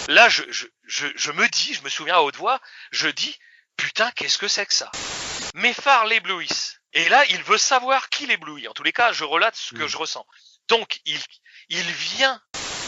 Là, je me souviens à haute voix, je dis, putain, qu'est-ce que c'est que ça? Mes phares l'éblouissent. Et là, il veut savoir qui l'éblouit. En tous les cas, je relate ce que je ressens. Donc, il vient.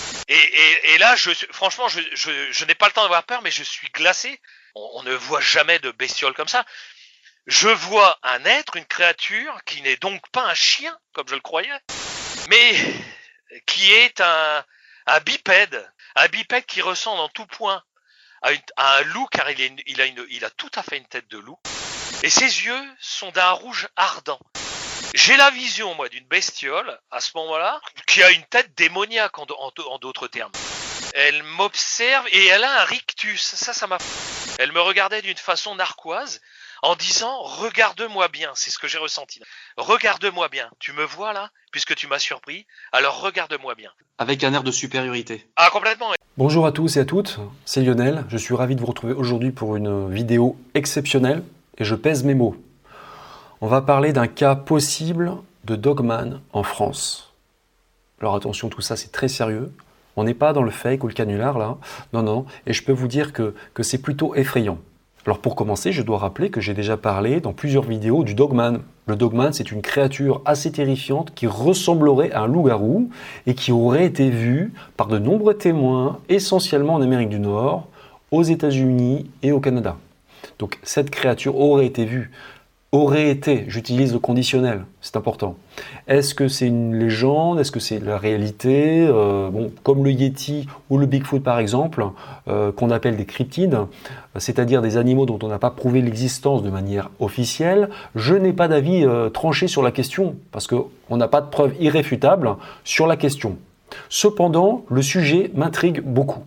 Et là, franchement, je n'ai pas le temps d'avoir peur, mais je suis glacé. On ne voit jamais de bestiole comme ça. Je vois un être, une créature, qui n'est donc pas un chien, comme je le croyais, mais qui est un bipède qui ressemble en tout point à un loup, car il a tout à fait une tête de loup, et ses yeux sont d'un rouge ardent. J'ai la vision, moi, d'une bestiole, à ce moment-là, qui a une tête démoniaque, en d'autres termes. Elle m'observe et elle a un rictus, ça m'a... Elle me regardait d'une façon narquoise, en disant « Regarde-moi bien », c'est ce que j'ai ressenti. « Regarde-moi bien, tu me vois là, puisque tu m'as surpris, alors regarde-moi bien. » Avec un air de supériorité. Ah, complètement. Bonjour à tous et à toutes, c'est Lionel. Je suis ravi de vous retrouver aujourd'hui pour une vidéo exceptionnelle et je pèse mes mots. On va parler d'un cas possible de dogman en France. Alors attention, tout ça c'est très sérieux. On n'est pas dans le fake ou le canular là. Non. Et je peux vous dire que c'est plutôt effrayant. Alors pour commencer, je dois rappeler que j'ai déjà parlé dans plusieurs vidéos du dogman. Le dogman, c'est une créature assez terrifiante qui ressemblerait à un loup-garou et qui aurait été vue par de nombreux témoins, essentiellement en Amérique du Nord, aux États-Unis et au Canada. Donc cette créature aurait été vue. Aurait été, j'utilise le conditionnel, c'est important. Est-ce que c'est une légende? Est-ce que c'est la réalité? Comme le Yeti ou le Bigfoot par exemple, qu'on appelle des cryptides, c'est-à-dire des animaux dont on n'a pas prouvé l'existence de manière officielle, je n'ai pas d'avis tranché sur la question, parce qu'on n'a pas de preuves irréfutables sur la question. Cependant, le sujet m'intrigue beaucoup.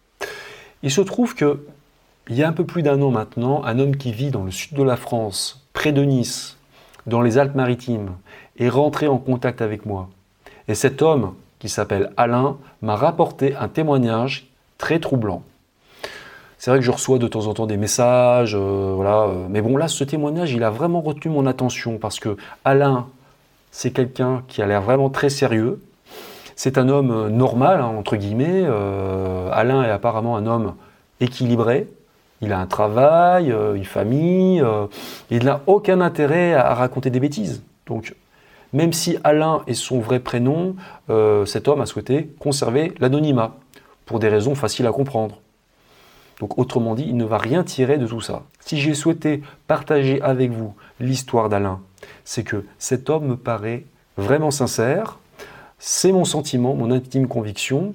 Il se trouve que il y a un peu plus d'un an maintenant, un homme qui vit dans le sud de la France, près de Nice, dans les Alpes-Maritimes, est rentré en contact avec moi. Et cet homme, qui s'appelle Alain, m'a rapporté un témoignage très troublant. C'est vrai que je reçois de temps en temps des messages, mais bon là, ce témoignage, il a vraiment retenu mon attention parce que Alain, c'est quelqu'un qui a l'air vraiment très sérieux. C'est un homme normal, entre guillemets. Alain est apparemment un homme équilibré. Il a un travail, une famille, il n'a aucun intérêt à raconter des bêtises. Donc, même si Alain est son vrai prénom, cet homme a souhaité conserver l'anonymat, pour des raisons faciles à comprendre. Donc, autrement dit, il ne va rien tirer de tout ça. Si j'ai souhaité partager avec vous l'histoire d'Alain, c'est que cet homme me paraît vraiment sincère, c'est mon sentiment, mon intime conviction.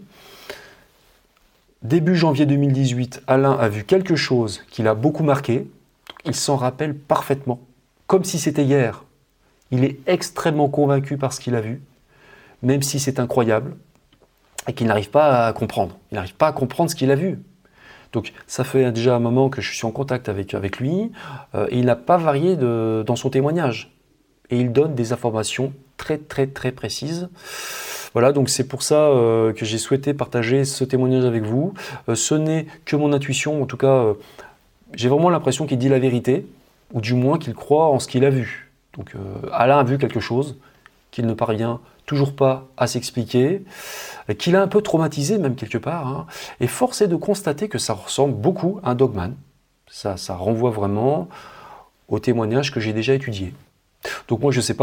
Début janvier 2018, Alain a vu quelque chose qui l'a beaucoup marqué. Il s'en rappelle parfaitement, comme si c'était hier. Il est extrêmement convaincu par ce qu'il a vu, même si c'est incroyable, et qu'il n'arrive pas à comprendre. Il n'arrive pas à comprendre ce qu'il a vu. Donc ça fait déjà un moment que je suis en contact avec lui, et il n'a pas varié dans son témoignage. Et il donne des informations très précises. Voilà, donc c'est pour ça que j'ai souhaité partager ce témoignage avec vous. Ce n'est que mon intuition, en tout cas, j'ai vraiment l'impression qu'il dit la vérité, ou du moins qu'il croit en ce qu'il a vu. Donc Alain a vu quelque chose qu'il ne parvient toujours pas à s'expliquer, qu'il a un peu traumatisé même quelque part, et force est de constater que ça ressemble beaucoup à un dogman. Ça renvoie vraiment au témoignage que j'ai déjà étudié. Donc moi je ne sais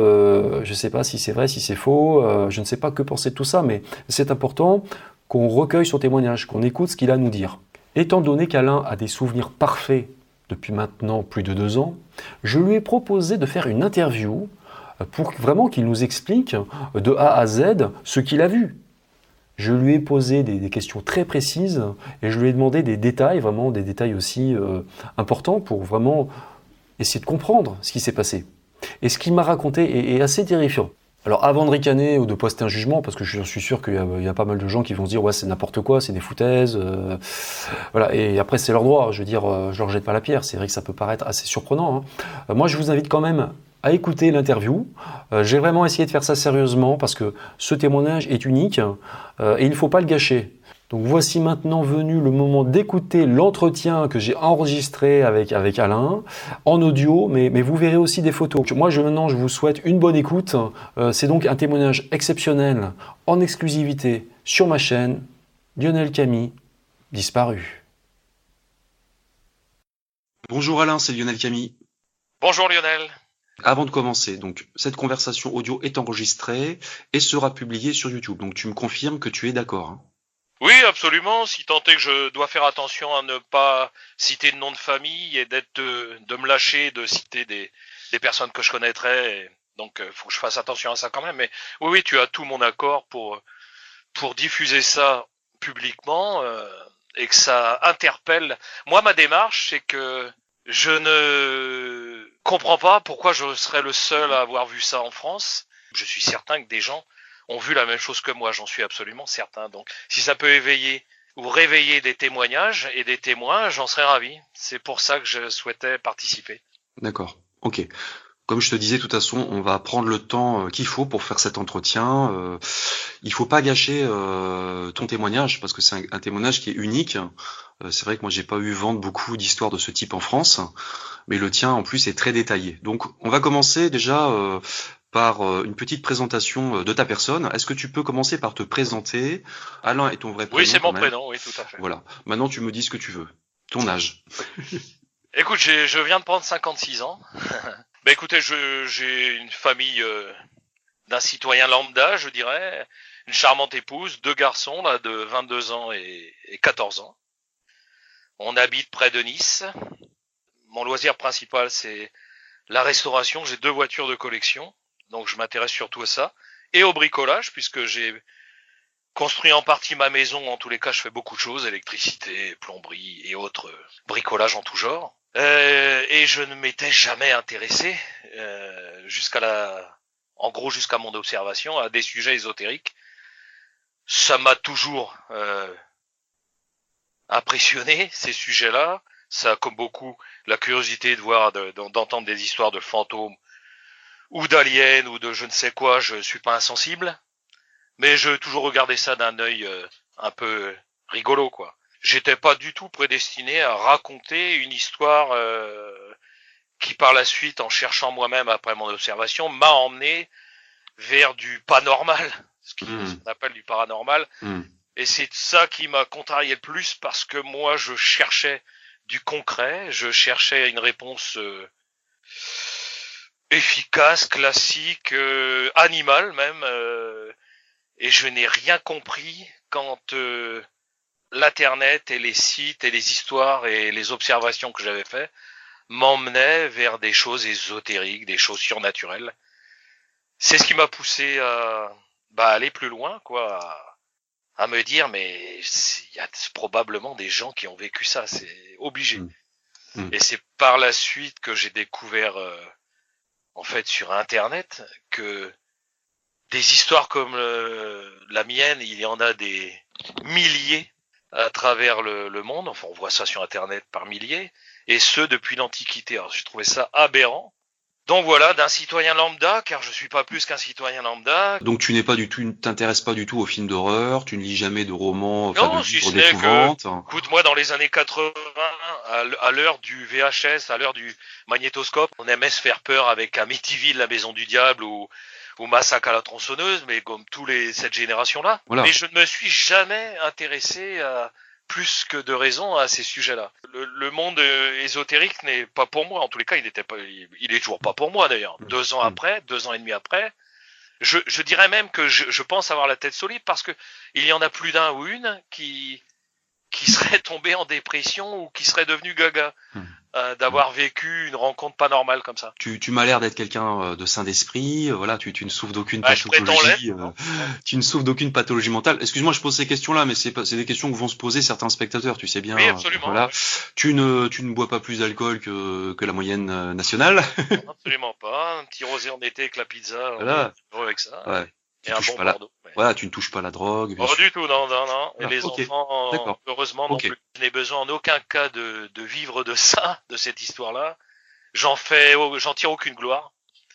pas si c'est vrai, si c'est faux, je ne sais pas que penser de tout ça, mais c'est important qu'on recueille son témoignage, qu'on écoute ce qu'il a à nous dire. Étant donné qu'Alain a des souvenirs parfaits depuis maintenant plus de 2 ans, je lui ai proposé de faire une interview pour vraiment qu'il nous explique de A à Z ce qu'il a vu. Je lui ai posé des questions très précises et je lui ai demandé des détails, vraiment des détails aussi importants pour vraiment essayer de comprendre ce qui s'est passé. Et ce qu'il m'a raconté est assez terrifiant. Alors avant de ricaner ou de poster un jugement, parce que je suis sûr qu'il y a pas mal de gens qui vont se dire « ouais c'est n'importe quoi, c'est des foutaises », voilà, et après c'est leur droit, je veux dire, je leur jette pas la pierre, c'est vrai que ça peut paraître assez surprenant. Moi je vous invite quand même à écouter l'interview. J'ai vraiment essayé de faire ça sérieusement parce que ce témoignage est unique et il ne faut pas le gâcher. Donc voici maintenant venu le moment d'écouter l'entretien que j'ai enregistré avec Alain en audio, mais vous verrez aussi des photos. Moi maintenant je vous souhaite une bonne écoute. C'est donc un témoignage exceptionnel en exclusivité sur ma chaîne Lionel Camille disparu. Bonjour Alain, c'est Lionel Camille. Bonjour Lionel. Avant de commencer, donc cette conversation audio est enregistrée et sera publiée sur YouTube. Donc tu me confirmes que tu es d'accord, hein? Oui, absolument, si tant est que je dois faire attention à ne pas citer de nom de famille et de me lâcher, de citer des personnes que je connaîtrais. Donc, faut que je fasse attention à ça quand même. Mais oui, tu as tout mon accord pour diffuser ça publiquement et que ça interpelle. Moi, ma démarche, c'est que je ne comprends pas pourquoi je serais le seul à avoir vu ça en France. Je suis certain que des gens ont vu la même chose que moi, j'en suis absolument certain. Donc, si ça peut éveiller ou réveiller des témoignages et des témoins, j'en serais ravi. C'est pour ça que je souhaitais participer. D'accord, ok. Comme je te disais, de toute façon, on va prendre le temps qu'il faut pour faire cet entretien. Il faut pas gâcher ton témoignage parce que c'est un témoignage qui est unique. C'est vrai que moi, j'ai pas eu vent de beaucoup d'histoires de ce type en France, mais le tien en plus est très détaillé. Donc, on va commencer déjà par une petite présentation de ta personne. Est-ce que tu peux commencer par te présenter? Alain est ton vrai prénom. Oui, c'est quand mon même. prénom, oui, tout à fait. Voilà. Maintenant, tu me dis ce que tu veux. Ton âge. Écoute, je viens de prendre 56 ans. Ben écoutez, j'ai une famille d'un citoyen lambda, je dirais, une charmante épouse, 2 garçons là de 22 ans et 14 ans. On habite près de Nice. Mon loisir principal, c'est la restauration. J'ai 2 voitures de collection, donc je m'intéresse surtout à ça et au bricolage puisque j'ai construit en partie ma maison. En tous les cas, je fais beaucoup de choses, électricité, plomberie et autres bricolage en tout genre. Et je ne m'étais jamais intéressé en gros jusqu'à mon observation, à des sujets ésotériques. Ça m'a toujours impressionné, ces sujets-là. Ça, comme beaucoup, la curiosité de voir, d'entendre des histoires de fantômes ou d'aliens ou de je ne sais quoi. Je suis pas insensible, mais je toujours regardé ça d'un œil un peu rigolo, quoi. J'étais pas du tout prédestiné à raconter une histoire qui par la suite, en cherchant moi-même après mon observation, m'a emmené vers du pas normal, ce qu'on appelle du paranormal. Et c'est ça qui m'a contrarié le plus parce que moi, je cherchais du concret, je cherchais une réponse efficace, classique, animale même, et je n'ai rien compris quand l'internet et les sites et les histoires et les observations que j'avais fait m'emmenaient vers des choses ésotériques, des choses surnaturelles. C'est ce qui m'a poussé à aller plus loin, quoi, à me dire mais il y a probablement des gens qui ont vécu ça, c'est obligé. Et c'est par la suite que j'ai découvert en fait sur internet que des histoires comme la mienne, il y en a des milliers à travers le monde. Enfin, on voit ça sur internet par milliers, et ce depuis l'Antiquité. Alors j'ai trouvé ça aberrant. Donc voilà, d'un citoyen lambda, car je suis pas plus qu'un citoyen lambda. Donc tu t'intéresses pas du tout aux films d'horreur, tu ne lis jamais de romans, Non, de si livres ce n'est d'épouvante. que, écoute, moi dans les années 80, à l'heure du VHS, à l'heure du magnétoscope, on aimait se faire peur avec Amityville, la maison du diable, ou Massacre à la tronçonneuse, mais comme cette génération-là. Voilà. Mais je ne me suis jamais intéressé à plus que de raison à ces sujets-là. Le monde ésotérique n'est pas pour moi. En tous les cas, il est toujours pas pour moi d'ailleurs. 2 ans après, 2 ans et demi après, je dirais même que je pense avoir la tête solide parce que il y en a plus d'un ou une qui serait tombé en dépression ou qui serait devenu gaga d'avoir vécu une rencontre pas normale comme ça. Tu m'as l'air d'être quelqu'un de sain d'esprit, voilà, tu ne souffres d'aucune pathologie, tu ne souffres d'aucune pathologie mentale. Excuse-moi, je pose ces questions-là, mais c'est des questions que vont se poser certains spectateurs, tu sais bien. Oui, absolument. Voilà. Tu ne bois pas plus d'alcool que la moyenne nationale. Non, absolument pas. Un petit rosé en été avec la pizza, voilà. On est heureux avec ça. Ouais. Et un bon Bordeaux. Voilà, tu ne touches pas la drogue. Pas du tout, non. Voilà. Et les enfants, heureusement non plus. Je n'ai besoin en aucun cas de vivre de ça, de cette histoire-là. J'en tire aucune gloire.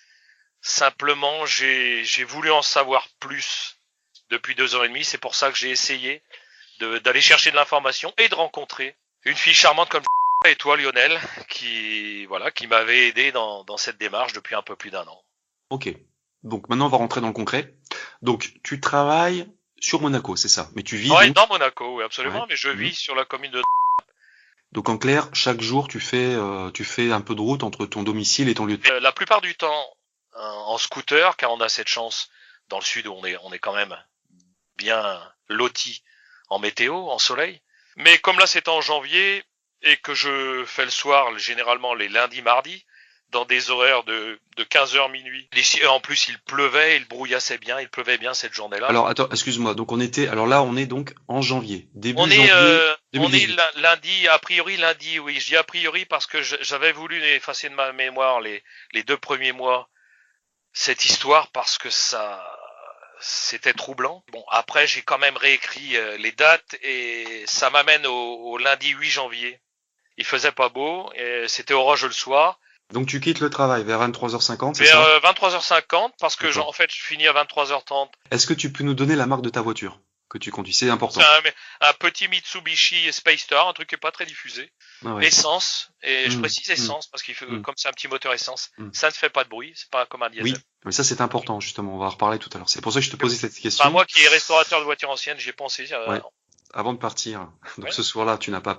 Simplement, j'ai voulu en savoir plus depuis 2 ans et demi. C'est pour ça que j'ai essayé d'aller chercher de l'information et de rencontrer une fille charmante comme et toi, Lionel, qui m'avait aidé dans cette démarche depuis un peu plus d'1 an. Ok. Donc maintenant, on va rentrer dans le concret. Donc, tu travailles sur Monaco, c'est ça. Mais tu vis Ouais, donc. dans Monaco, oui, absolument, Ouais. mais je vis sur la commune de... Donc en clair, chaque jour, tu fais un peu de route entre ton domicile et ton lieu de travail. La plupart du temps en scooter, car on a cette chance dans le sud où on est quand même bien loti en météo, en soleil. Mais comme là c'est en janvier et que je fais le soir généralement les lundis, mardis, dans des horaires de 15h minuit. En plus il pleuvait, il brouillassait bien, il pleuvait bien cette journée-là. Alors attends, excuse-moi. Donc alors là, on est donc en janvier, début On janvier est 2018. lundi, a priori lundi, oui. Je dis a priori parce que j'avais voulu effacer de ma mémoire les 2 premiers mois cette histoire parce que c'était troublant. Bon, après j'ai quand même réécrit les dates et ça m'amène au lundi 8 janvier. Il faisait pas beau et c'était orageux le soir. Donc tu quittes le travail vers 23h50, c'est Vers ça? 23h50 parce que D'accord. en fait je finis à 23h30. Est-ce que tu peux nous donner la marque de ta voiture que tu conduis? C'est C'est important. un petit Mitsubishi Space Star, un truc qui est pas très diffusé. Ah ouais. Essence, et je Mmh, précise mmh, essence parce qu'il fait, mmh, comme c'est un petit moteur essence, mmh. ça ne fait pas de bruit, c'est pas comme un Oui, diesel. mais ça c'est important justement. On va en reparler tout à l'heure. C'est pour ça que je te posais cette Enfin, question. moi qui est restaurateur de voitures anciennes, j'ai pensé. Ouais. Avant de partir. Donc Ouais. ce soir-là,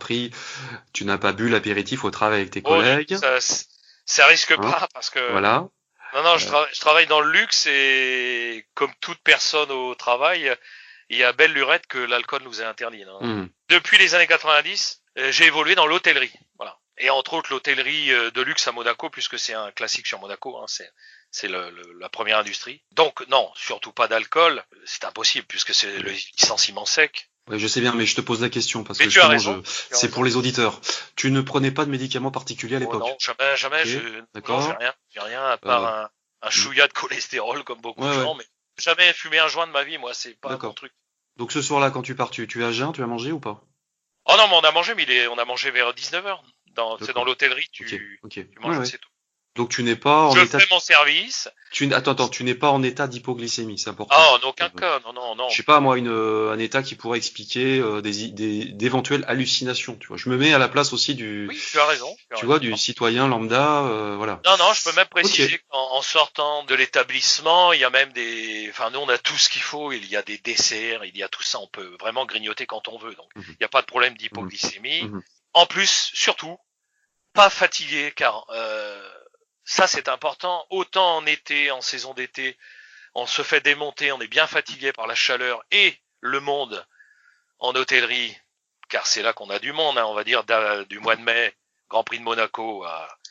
tu n'as pas bu l'apéritif au travail avec tes Bon, collègues. ça risque Hein, pas parce que voilà. non, je travaille dans le luxe et comme toute personne au travail, il y a belle lurette que l'alcool nous est interdit. Non. Mmh. Depuis les années 90, j'ai évolué dans l'hôtellerie. Voilà. Et entre autres l'hôtellerie de luxe à Monaco, puisque c'est un classique sur Monaco, hein, c'est la première industrie. Donc non, surtout pas d'alcool, c'est impossible puisque c'est le licenciement sec. Ouais, je sais bien, mais je te pose la question parce Mais que tu as justement, raison. c'est pour les auditeurs. Tu ne prenais pas de médicaments particuliers à Oh non, l'époque. jamais, Ok, non, d'accord. j'ai rien à part Euh, un chouïa de cholestérol comme beaucoup de ouais, ouais, gens, mais jamais fumé un joint de ma vie, moi, c'est pas mon d'accord. truc. Donc ce soir-là, quand tu pars, tu as jeun, tu as mangé ou pas? Oh non, mais on a mangé, on a mangé vers 19h. C'est dans D'accord. l'hôtellerie, Ok, tu ok. Ouais, manges ouais. assez tôt. Donc tu n'es pas en Je état. fais mon service. Attends, tu n'es pas en état d'hypoglycémie, c'est important. Ah, en aucun cas, non. Je sais pas moi, un état qui pourrait expliquer d'éventuelles hallucinations. Tu vois, je me mets à la place aussi Oui, tu as raison, tu vois, du Non, citoyen lambda, voilà. non, je peux même Ok. préciser qu'en sortant de l'établissement, il y a même enfin, nous, on a tout ce qu'il faut. Il y a des desserts, il y a tout ça. On peut vraiment grignoter quand on veut. Donc, Mhm, il n'y a pas de problème mhm, d'hypoglycémie. mhm. En plus, surtout, pas fatigué, car ça, c'est important. Autant en été, en saison d'été, on se fait démonter, on est bien fatigué par la chaleur et le monde en hôtellerie, car c'est là qu'on a du monde, hein, on va dire, du mois de mai, Grand Prix de Monaco,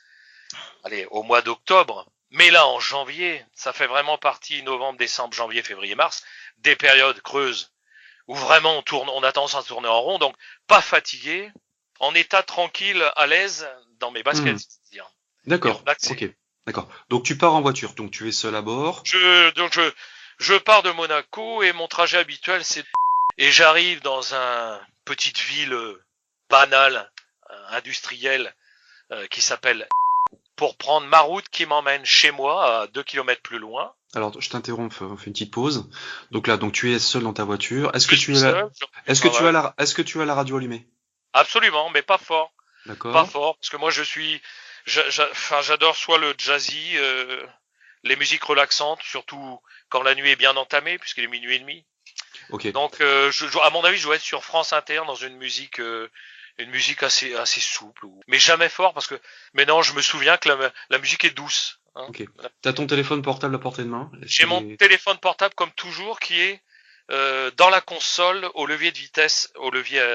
au mois d'octobre. Mais là, en janvier, ça fait vraiment partie, novembre, décembre, janvier, février, mars, des périodes creuses où vraiment on a tendance à tourner en rond, donc pas fatigué, en état tranquille, à l'aise dans mes baskets, Mhm. c'est-à-dire, et D'accord. relaxé. Ok. D'accord. Donc tu pars en voiture, donc tu es seul à bord. Je pars de Monaco et mon trajet habituel, et j'arrive dans une petite ville banale, industrielle, qui s'appelle pour prendre ma route qui m'emmène chez moi à 2 kilomètres plus loin. Alors je t'interromps, on fait une petite pause. Donc là, donc tu es seul dans ta voiture. Je suis seul, je rentre du travail. Est-ce que tu as la radio allumée? Absolument, mais pas fort. Pas D'accord. fort, parce que moi j'adore soit le jazzy, les musiques relaxantes, surtout quand la nuit est bien entamée, puisqu'il est minuit et demi. Ok. Donc, à mon avis, je dois être sur France Inter dans une musique assez souple, mais jamais fort, mais non, je me souviens que la musique est douce. Hein. Ok. T'as ton téléphone portable à portée de main? J'ai mon téléphone portable comme toujours qui est dans la console au levier de vitesse, au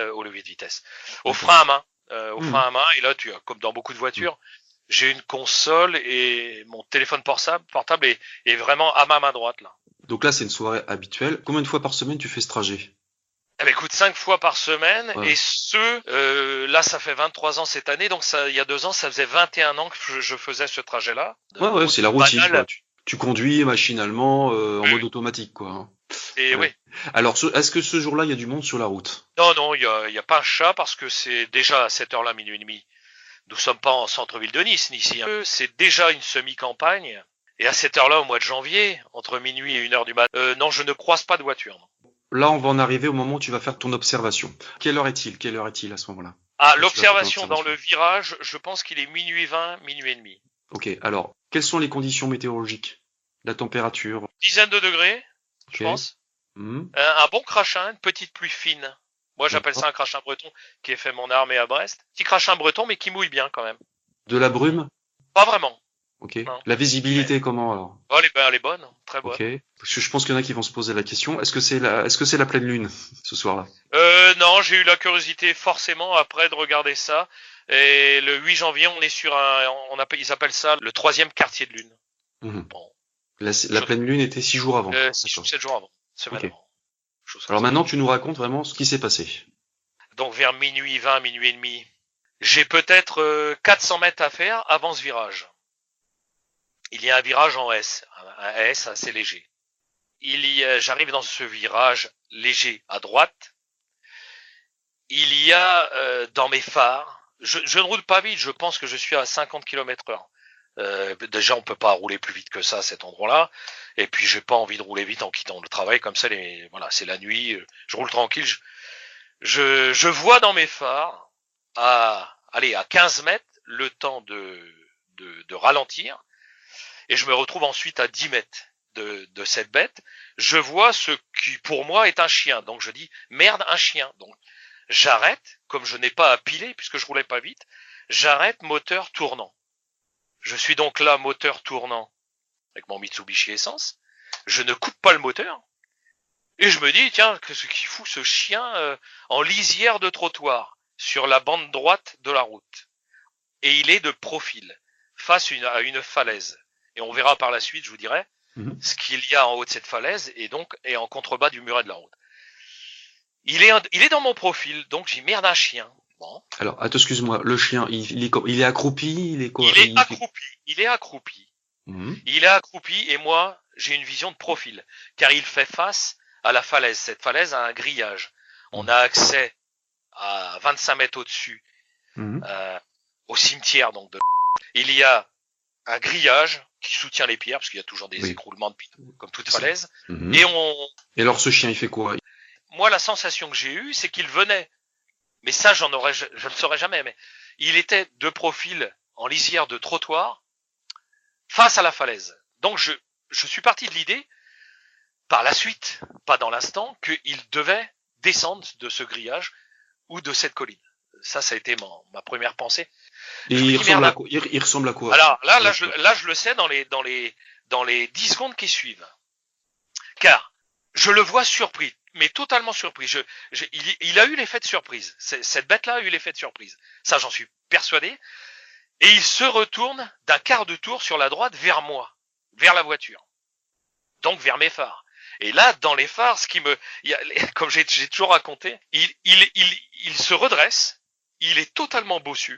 frein à main, frein à main. Et là, comme dans beaucoup de voitures, j'ai une console et mon téléphone portable est vraiment à ma main droite là. Donc là, c'est une soirée habituelle. Combien de fois par semaine tu fais ce trajet? Eh ben, écoute, 5 fois par semaine, Ouais. et là, ça fait 23 ans cette année, donc il y a 2 ans, ça faisait 21 ans que je faisais ce trajet-là. Ouais, c'est la routine, banale. quoi. Tu conduis machinalement, en Oui. mode automatique, quoi. Hein. Et Ouais. oui. Alors, est-ce que ce jour-là, il y a du monde sur la route? Non, il y a pas un chat parce que c'est déjà à cette heure-là, minuit et demi. Nous sommes pas en centre-ville de Nice, ici. Hein. C'est déjà une semi-campagne. Et à cette heure-là, au mois de janvier, entre minuit et 1h du matin, non, je ne croise pas de voiture. Non. Là, on va en arriver au moment où tu vas faire ton observation. Quelle heure est-il? Quelle heure est-il à ce moment-là? Ah, Quand tu vas faire ton l'observation dans observation. le virage, je pense qu'il est minuit 20, minuit et demi. Ok, alors, quelles sont les conditions météorologiques? La température? Dizaine de degrés, je Ok. pense. Mhm. Un bon crachin, une petite pluie fine. Moi, j'appelle ça D'accord. un crachin breton qui est fait mon armée à Brest. Petit crachin breton, mais qui mouille bien quand même. De la brume? Pas vraiment, Ok. non. La Mais visibilité, comment alors? oh, elle est bonne, très Ok. bonne. Parce que je pense qu'il y en a qui vont se poser la question. Est-ce que c'est la pleine lune ce soir-là? Non, j'ai eu la curiosité forcément après de regarder ça. Et le 8 janvier, on est sur ils appellent ça le troisième quartier de lune. Mhm. Bon, La chose, pleine lune était 6 jours avant. 6 ou D'accord. 7 jours avant, semaine Ok. avant, chose comme Alors ça. maintenant, tu nous racontes vraiment ce qui s'est passé. Donc vers minuit 20, minuit et demi, j'ai peut-être 400 mètres à faire avant ce virage. Il y a un virage en S, un S assez léger. J'arrive dans ce virage léger à droite. Il y a dans mes phares, je ne roule pas vite, je pense que je suis à 50 km/h. Déjà, on peut pas rouler plus vite que ça à cet endroit-là. Et puis, j'ai pas envie de rouler vite en quittant le travail comme ça. Voilà, c'est la nuit, je roule tranquille. Je vois dans mes phares à 15 mètres le temps de ralentir. Et je me retrouve ensuite à 10 mètres de cette bête. Je vois ce qui, pour moi, est un chien. Donc, je dis, merde, un chien. Donc, j'arrête, comme je n'ai pas à piler, puisque je roulais pas vite, j'arrête moteur tournant. Je suis donc là, moteur tournant, avec mon Mitsubishi Essence. Je ne coupe pas le moteur. Et je me dis, tiens, qu'est-ce qu'il fout ce chien en lisière de trottoir, sur la bande droite de la route. Et il est de profil, face à une falaise. Et on verra par la suite, je vous dirai, Mhm. ce qu'il y a en haut de cette falaise, et donc est en contrebas du muret de la route. Il est dans mon profil, donc j'y merde un chien. Bon. Alors, attends, excuse-moi, le chien, il est accroupi, il est quoi? Il est accroupi, il est accroupi. Mhm. Il est accroupi et moi, j'ai une vision de profil, car il fait face à la falaise. Cette falaise a un grillage. On a accès à 25 mètres au-dessus, Mhm. au cimetière. Donc il y a un grillage qui soutient les pierres, parce qu'il y a toujours des Oui. écroulements de pierres, comme toute Ça. falaise. Mhm. Et Et alors, ce chien, il fait quoi? moi, la sensation que j'ai eue, c'est qu'il venait. Mais ça, je ne saurais jamais. Mais il était de profil en lisière de trottoir, face à la falaise. Donc je suis parti de l'idée, par la suite, pas dans l'instant, qu'il devait descendre de ce grillage ou de cette colline. Ça a été ma première pensée. Et Je me il dis ressemble merde. à quoi? Il ressemble à quoi? Alors là, je le sais dans les 10 secondes qui suivent. Car je le vois surpris, mais totalement surpris. Il a eu l'effet de surprise. Cette bête-là a eu l'effet de surprise. Ça, j'en suis persuadé. Et il se retourne d'un quart de tour sur la droite vers moi, vers la voiture. Donc vers mes phares. Et là, dans les phares, comme j'ai toujours raconté, il se redresse, il est totalement bossu.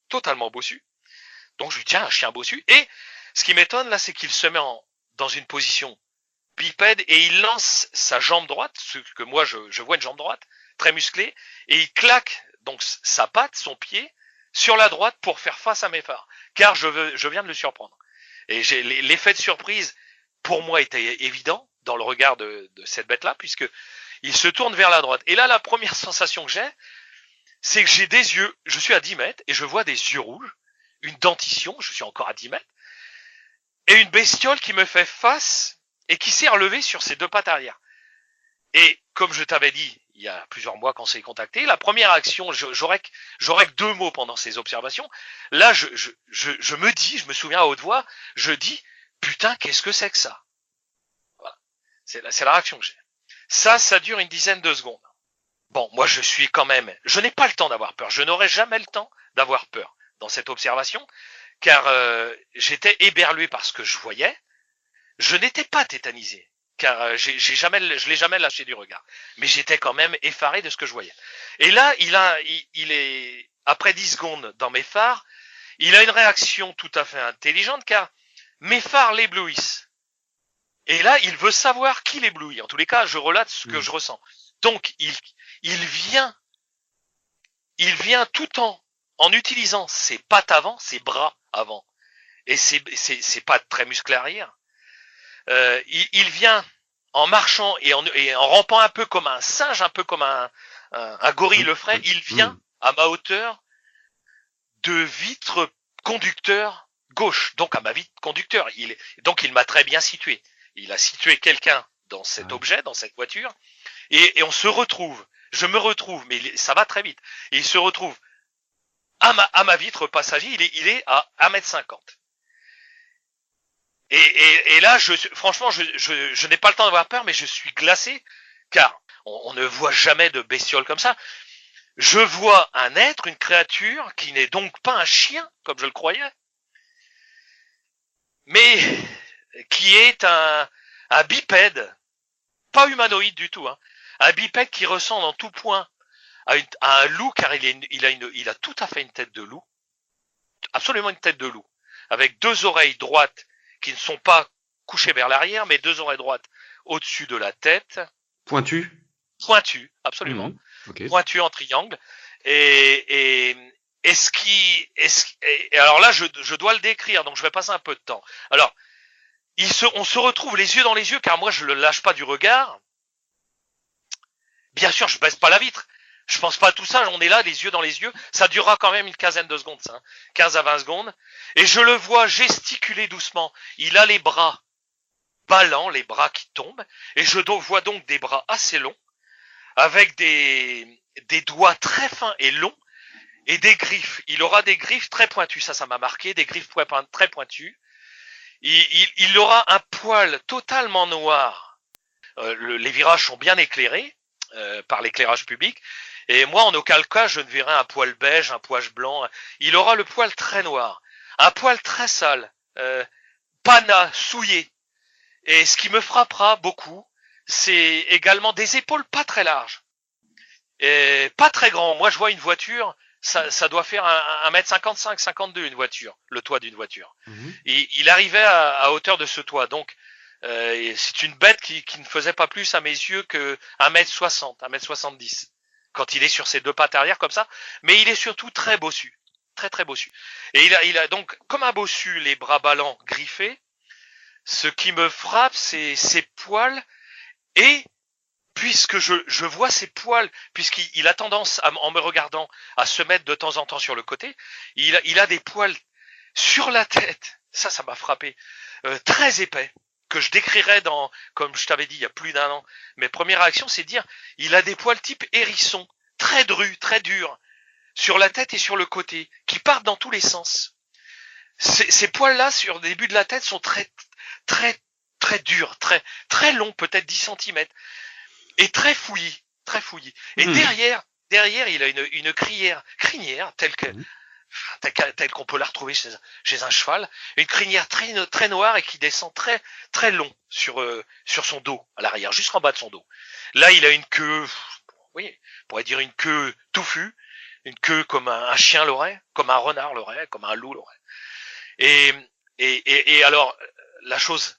Donc je lui tiens un chien bossu. Et ce qui m'étonne là, c'est qu'il se met dans une position bipède et il lance sa jambe droite, ce que moi je vois une jambe droite, très musclée, et il claque donc sa patte, son pied, sur la droite pour faire face à mes phares. Car je viens de le surprendre. Et l'effet de surprise, pour moi, était évident dans le regard de cette bête-là, puisque il se tourne vers la droite. Et là, la première sensation que j'ai, c'est que j'ai des yeux, je suis à 10 mètres, et je vois des yeux rouges, une dentition, je suis encore à 10 mètres, et une bestiole qui me fait face et qui s'est relevée sur ses deux pattes arrière. Et comme je t'avais dit il y a plusieurs mois quand on s'est contacté, la première action, j'aurais que 2 mots pendant ces observations. Là, je me dis, je me souviens à haute voix, je dis, putain, qu'est-ce que c'est que ça? Voilà. C'est la réaction que j'ai. Ça dure une dizaine de secondes. Bon, moi je n'ai pas le temps d'avoir peur. Je n'aurai jamais le temps d'avoir peur dans cette observation, car j'étais éberlué par ce que je voyais. Je n'étais pas tétanisé, car je l'ai jamais lâché du regard. Mais j'étais quand même effaré de ce que je voyais. Et là, il est après 10 secondes dans mes phares, il a une réaction tout à fait intelligente, car mes phares l'éblouissent. Et là, il veut savoir qui l'éblouit. En tous les cas, je relate ce que je ressens. Donc, il vient tout en utilisant ses pattes avant, ses bras avant, et ses pattes très musclées arrière. Il vient en marchant et en rampant un peu comme un singe, un peu comme un gorille le ferait. Il vient à ma hauteur de vitre conducteur gauche, donc à ma vitre conducteur. Donc il m'a très bien situé. Il a situé quelqu'un dans cet objet, dans cette voiture, et on se retrouve. Je me retrouve, mais ça va très vite. Et il se retrouve à ma vitre passager, il est à 1,50 m. Et là, franchement, je n'ai pas le temps d'avoir peur, mais je suis glacé, car on ne voit jamais de bestiole comme ça. Je vois un être, une créature, qui n'est donc pas un chien, comme je le croyais, mais qui est un bipède, pas humanoïde du tout, hein, un bipède qui ressemble en tout point à un loup, car il a tout à fait une tête de loup, absolument une tête de loup, avec deux oreilles droites qui ne sont pas couchées vers l'arrière, mais deux oreilles droites au-dessus de la tête. Pointu, absolument. Okay. Pointu en triangle. Et alors là, je dois le décrire, donc je vais passer un peu de temps. Alors, on se retrouve les yeux dans les yeux, car moi je le lâche pas du regard. Bien sûr, je baisse pas la vitre. Je pense pas à tout ça, on est là, les yeux dans les yeux. Ça durera quand même une quinzaine de secondes, ça, hein, 15 à 20 secondes. Et je le vois gesticuler doucement. Il a les bras ballants, les bras qui tombent. Et je vois donc des bras assez longs, avec des doigts très fins et longs, et des griffes. Il aura des griffes très pointues, ça m'a marqué, des griffes très pointues. Il aura un poil totalement noir. Les virages sont bien éclairés par l'éclairage public. Et moi, en aucun cas, je ne verrai un poil beige, un poil blanc. Il aura le poil très noir, un poil très sale, pana, souillé. Et ce qui me frappera beaucoup, c'est également des épaules pas très larges, et pas très grand. Moi, je vois une voiture, ça doit faire 1,55 m, 52 une voiture, le toit d'une voiture. Il arrivait à hauteur de ce toit, donc c'est une bête qui ne faisait pas plus à mes yeux que 1,60 m, 1,70 m. Quand il est sur ses deux pattes arrière comme ça, mais il est surtout très bossu, très très bossu. Et il a donc comme un bossu les bras ballants griffés. Ce qui me frappe, c'est ses poils, et puisque je vois ses poils, puisqu'il a tendance en me regardant à se mettre de temps en temps sur le côté, il a des poils sur la tête. Ça m'a frappé, très épais, que je décrirais comme je t'avais dit il y a plus d'1 an. Mes premières réactions, c'est de dire, il a des poils type hérisson, très drus, très durs, sur la tête et sur le côté, qui partent dans tous les sens. Ces poils-là, sur le début de la tête, sont très, très, très durs, très, très longs, peut-être 10 cm, et très fouillis, très fouillis. Et derrière, il a une crinière, telle qu'on peut la retrouver chez un cheval, une crinière très, très noire et qui descend très, très long sur son dos, à l'arrière, jusqu'en bas de son dos. Là, il a une queue, oui, on pourrait dire une queue touffue, une queue comme un chien l'aurait, comme un renard l'aurait, comme un loup l'aurait. Et alors, la chose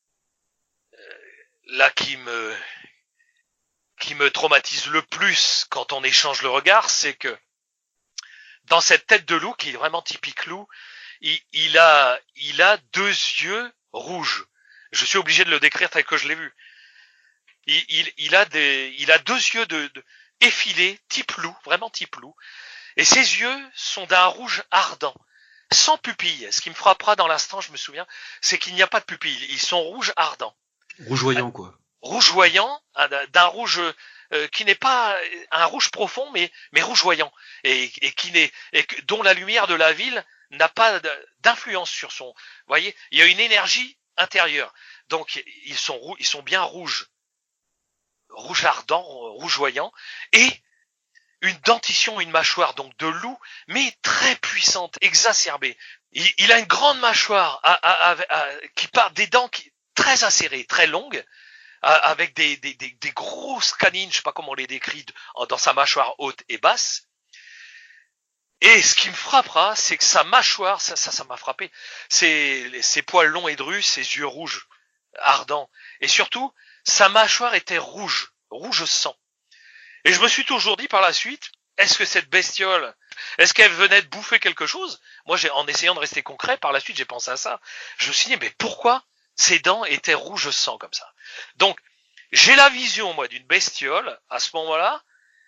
là qui me traumatise le plus quand on échange le regard, c'est que dans cette tête de loup, qui est vraiment typique loup, il a deux yeux rouges. Je suis obligé de le décrire tel que je l'ai vu. Il a deux yeux effilés, type loup, vraiment type loup. Et ses yeux sont d'un rouge ardent, sans pupille. Ce qui me frappera dans l'instant, je me souviens, c'est qu'il n'y a pas de pupille. Ils sont rouges ardents. Rougeoyant, quoi. Rougeoyant, d'un rouge qui n'est pas un rouge profond, mais rougeoyant, et dont la lumière de la ville n'a pas d'influence sur son. Vous voyez, il y a une énergie intérieure. Donc ils sont bien rouge ardent, rougeoyant, et une dentition, une mâchoire donc de loup, mais très puissante, exacerbée. Il a une grande mâchoire qui part des dents très acérées, très longues, avec des grosses canines, je sais pas comment on les décrit, dans sa mâchoire haute et basse. Et ce qui me frappera, c'est que sa mâchoire, ça m'a frappé, c'est ses poils longs et drus, ses yeux rouges, ardents, et surtout, sa mâchoire était rouge sang. Et je me suis toujours dit par la suite, est-ce que cette bestiole, est-ce qu'elle venait de bouffer quelque chose? Moi, en essayant de rester concret, par la suite, j'ai pensé à ça. Je me suis dit, mais pourquoi ses dents étaient rouges sang comme ça? Donc, j'ai la vision, moi, d'une bestiole, à ce moment-là,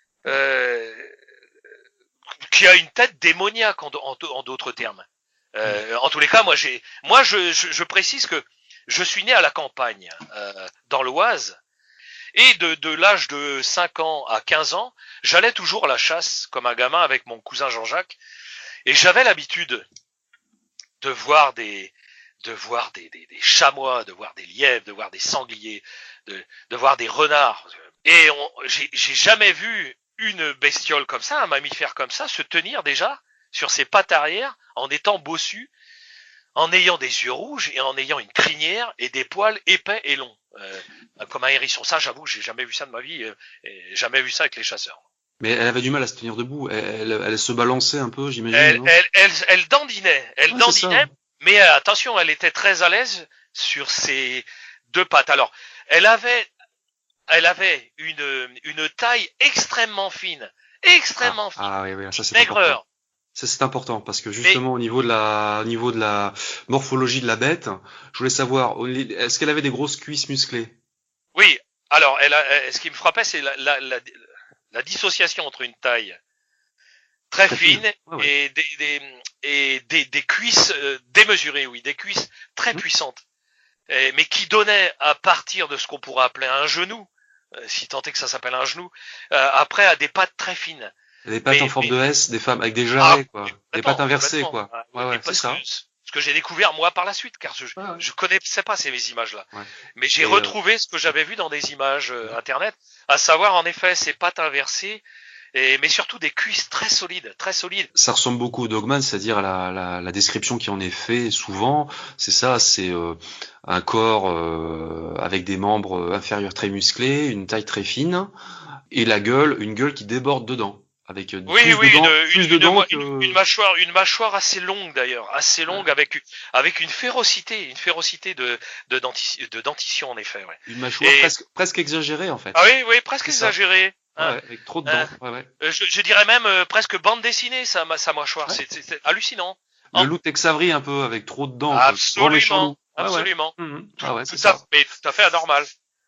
qui a une tête démoniaque, en d'autres termes. En tous les cas, je précise que je suis né à la campagne, dans l'Oise, et de l'âge de 5 ans à 15 ans, j'allais toujours à la chasse comme un gamin avec mon cousin Jean-Jacques, et j'avais l'habitude de voir des chamois, de voir des lièvres, de voir des sangliers, de voir des renards. Et j'ai jamais vu une bestiole comme ça, un mammifère comme ça, se tenir déjà sur ses pattes arrière en étant bossu, en ayant des yeux rouges et en ayant une crinière et des poils épais et longs, comme un hérisson. Ça, j'avoue, j'ai jamais vu ça de ma vie, et jamais vu ça avec les chasseurs. Mais elle avait du mal à se tenir debout. Elle se balançait un peu, j'imagine. Elle dandinait, mais attention, elle était très à l'aise sur ses deux pattes. Alors, elle avait une taille extrêmement fine, fine, oui, ça c'est maigreur. Important. Ça c'est important parce que justement au niveau de la morphologie de la bête, je voulais savoir, est-ce qu'elle avait des grosses cuisses musclées? Oui. Alors, ce qui me frappait, c'est la dissociation entre une taille très fine ouais. et des cuisses démesurées, oui, des cuisses très puissantes, mais qui donnaient à partir de ce qu'on pourrait appeler un genou, si tant est que ça s'appelle un genou, après à des pattes très fines. Des pattes en forme de S, des femmes avec des jarrets, quoi. Des pattes inversées, quoi. Ouais, c'est ça. Ce que j'ai découvert moi par la suite, car je connaissais pas ces images-là. Ouais. Mais j'ai retrouvé ce que j'avais vu dans des images internet, à savoir en effet ces pattes inversées, mais surtout des cuisses très solides, très solides. Ça ressemble beaucoup au Dogman, c'est-à-dire à la description qui en est fait souvent. C'est ça, c'est un corps avec des membres inférieurs très musclés, une taille très fine, et une gueule qui déborde dedans. Avec une mâchoire assez longue d'ailleurs, assez longue, avec une férocité de dentition en effet. Ouais. Une mâchoire presque exagérée en fait. Ah oui, presque exagérée. Hein. Ouais, avec trop de dents. Je dirais même presque bande dessinée sa mâchoire. Ouais. C'est hallucinant. Le loup Tex-Avery un peu avec trop de dents. Absolument. Tout à fait anormal.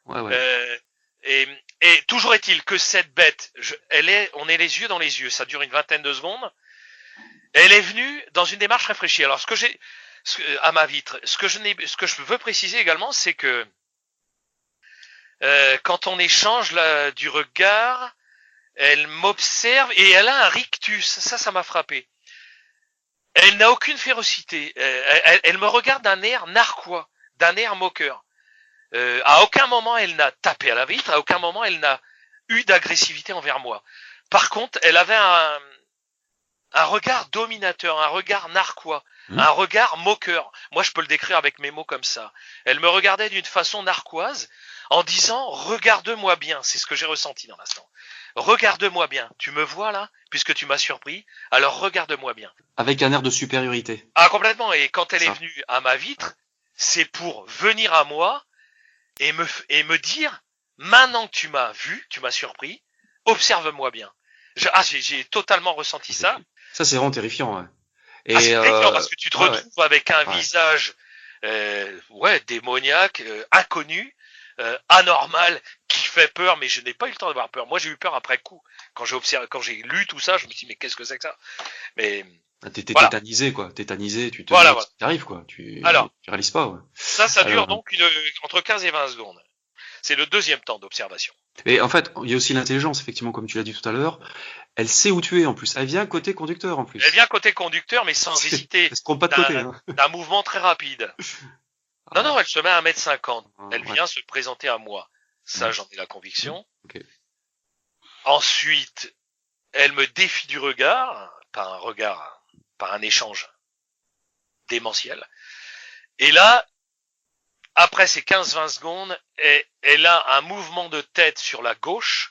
Et toujours est-il que cette bête, on est les yeux dans les yeux, ça dure une vingtaine de secondes. Elle est venue dans une démarche réfléchie. Alors à ma vitre, ce que je veux préciser également, c'est que quand on échange du regard, elle m'observe et elle a un rictus. Ça m'a frappé. Elle n'a aucune férocité. Elle me regarde d'un air narquois, d'un air moqueur. À aucun moment elle n'a tapé à la vitre, à aucun moment elle n'a eu d'agressivité envers moi. Par contre, elle avait un regard dominateur, un regard narquois, un regard moqueur. Moi, je peux le décrire avec mes mots comme ça. Elle me regardait d'une façon narquoise en disant « Regarde-moi bien », c'est ce que j'ai ressenti dans l'instant. « Regarde-moi bien, tu me vois là, puisque tu m'as surpris, alors regarde-moi bien. » Avec un air de supériorité. Ah, complètement. Et quand elle est venue à ma vitre, c'est pour venir à moi et me dire, maintenant que tu m'as vu, tu m'as surpris, observe-moi bien. J'ai totalement ressenti ça. Ça, c'est vraiment terrifiant, ouais. Et c'est terrifiant parce que tu te retrouves avec un visage, démoniaque, inconnu, anormal, qui fait peur, mais je n'ai pas eu le temps d'avoir peur. Moi, j'ai eu peur après coup. Quand j'ai lu tout ça, je me suis dit, mais qu'est-ce que c'est que ça? Mais, t'étais tétanisé, quoi. Tétanisé, tu te dis ce qui t'arrive, quoi. Tu réalises pas, ouais. Ça dure donc entre 15 et 20 secondes. C'est le deuxième temps d'observation. Et en fait, il y a aussi l'intelligence, effectivement, comme tu l'as dit tout à l'heure. Elle sait où tu es, en plus. Elle vient côté conducteur, en plus. Elle vient côté conducteur, mais sans hésiter. Elle se trompe pas de côté, hein. D'un mouvement très rapide. Non, elle se met à 1m50. Elle vient se présenter à moi. Ça, j'en ai la conviction. Okay. Ensuite, elle me défie du regard, par un échange démentiel. Et là, après ces 15-20 secondes, elle a un mouvement de tête sur la gauche,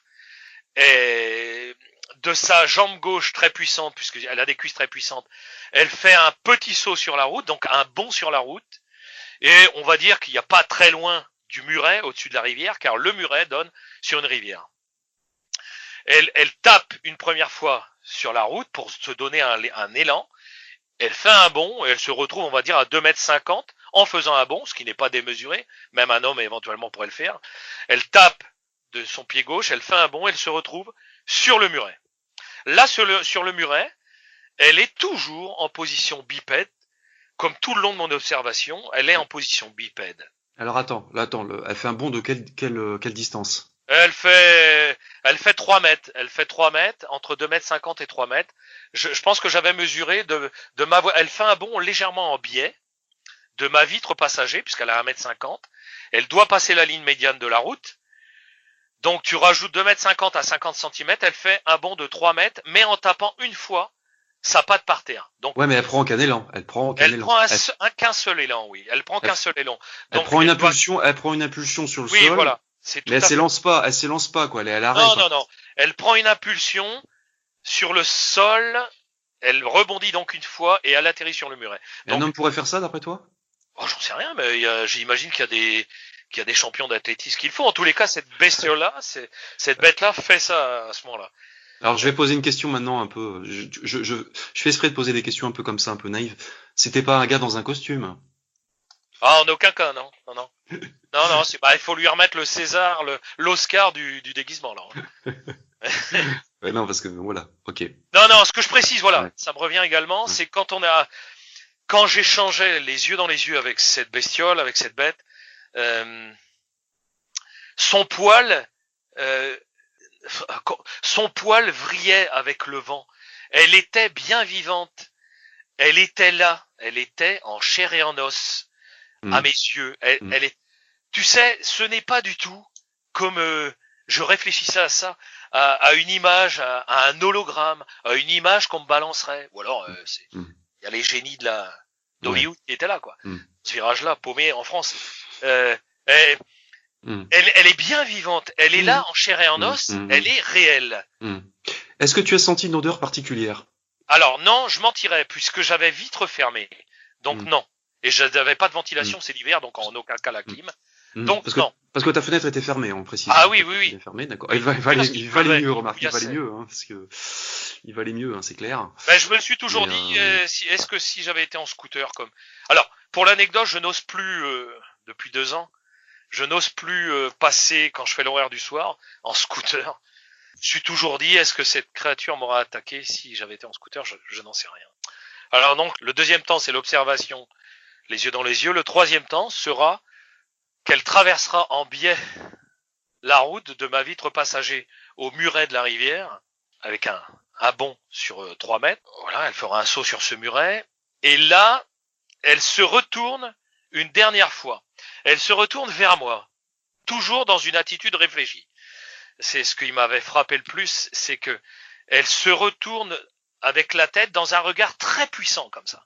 et de sa jambe gauche très puissante, puisqu'elle a des cuisses très puissantes, elle fait un petit saut sur la route, donc un bond sur la route, et on va dire qu'il n'y a pas très loin du muret, au-dessus de la rivière, car le muret donne sur une rivière. Elle tape une première fois sur la route pour se donner un élan, elle fait un bond, et elle se retrouve, on va dire, à 2,50 m en faisant un bond, ce qui n'est pas démesuré, même un homme éventuellement pourrait le faire. Elle tape de son pied gauche, elle fait un bond, elle se retrouve sur le muret. Là, sur le muret, elle est toujours en position bipède, comme tout le long de mon observation, elle est en position bipède. Alors attends, elle fait un bond de quelle distance? Elle fait 3 mètres. Elle fait 3 mètres, entre 2,50 m et 3 mètres. Je pense que j'avais mesuré de ma voie. Elle fait un bond légèrement en biais de ma vitre passager, puisqu'elle a 1,50 m. Elle doit passer la ligne médiane de la route. Donc tu rajoutes 2,50 m à 50 cm, elle fait un bond de 3 mètres, mais en tapant une fois sa patte par terre. Donc, Ouais, mais elle prend aucun élan. Elle prend aucun elle élan. prend qu'un seul élan, oui. Elle prend qu'un seul élan. Elle Donc, prend une impulsion. Elle prend une impulsion sur le oui, sol. voilà. C'est tout Mais elle à fait. s'élance pas. Elle s'élance pas, quoi. Elle arrête. Non, non, non. Elle prend une impulsion sur le sol. Elle rebondit donc une fois et elle atterrit sur le muret. Et un Donc, homme pourrait faire ça, d'après toi? oh, j'en sais rien, mais j'imagine qu'il y a des champions d'athlétisme qu'il faut. En tous les cas, cette bestiole-là, cette bête-là fait ça à ce moment-là. Alors, je vais poser une question maintenant un peu. Je fais exprès de poser des questions un peu comme ça, un peu naïves. C'était pas un gars dans un costume? Ah, en aucun cas, non, non, non. Non, non, il faut lui remettre le César, l'Oscar du déguisement, là. Ouais, non, parce que voilà. Ok. Non, non, ce que je précise, voilà, Ouais. ça me revient également, c'est quand j'échangeais les yeux dans les yeux avec cette bestiole, avec cette bête, son poil, euh, son poil vrillait avec le vent. Elle était bien vivante. Elle était là. Elle était en chair et en os. À mes yeux. Elle est, tu sais, ce n'est pas du tout comme, je réfléchissais à ça, à une image, à un hologramme, à une image qu'on me balancerait. Ou alors, il y a les génies d'Hollywood qui étaient là, quoi. Ce virage-là, paumé en France. Elle est bien vivante. Elle est là en chair et en os. Elle est réelle. Est-ce que tu as senti une odeur particulière? Alors non, je mentirais puisque j'avais vitre fermée. Donc non. Et je n'avais pas de ventilation, c'est l'hiver, donc en aucun cas la clim. Donc non. Parce que ta fenêtre était fermée, on précise. Ah oui, oui, oui. Fermée, d'accord. Il valait mieux, remarque. Il valait mieux, hein, parce que il valait mieux, hein, c'est clair. Ben, je me le suis toujours dit. Est-ce que si j'avais été en scooter comme. Alors, pour l'anecdote, je n'ose plus depuis 2 ans. Je n'ose plus passer quand je fais l'horaire du soir en scooter. Je suis toujours dit, est-ce que cette créature m'aura attaqué si j'avais été en scooter? Je n'en sais rien. Alors donc, le deuxième temps, c'est l'observation, les yeux dans les yeux. Le troisième temps sera qu'elle traversera en biais la route de ma vitre passager au muret de la rivière, avec un bond sur 3 mètres. Voilà, elle fera un saut sur ce muret. Et là, elle se retourne une dernière fois. Elle se retourne vers moi, toujours dans une attitude réfléchie. C'est ce qui m'avait frappé le plus, c'est que elle se retourne avec la tête dans un regard très puissant comme ça.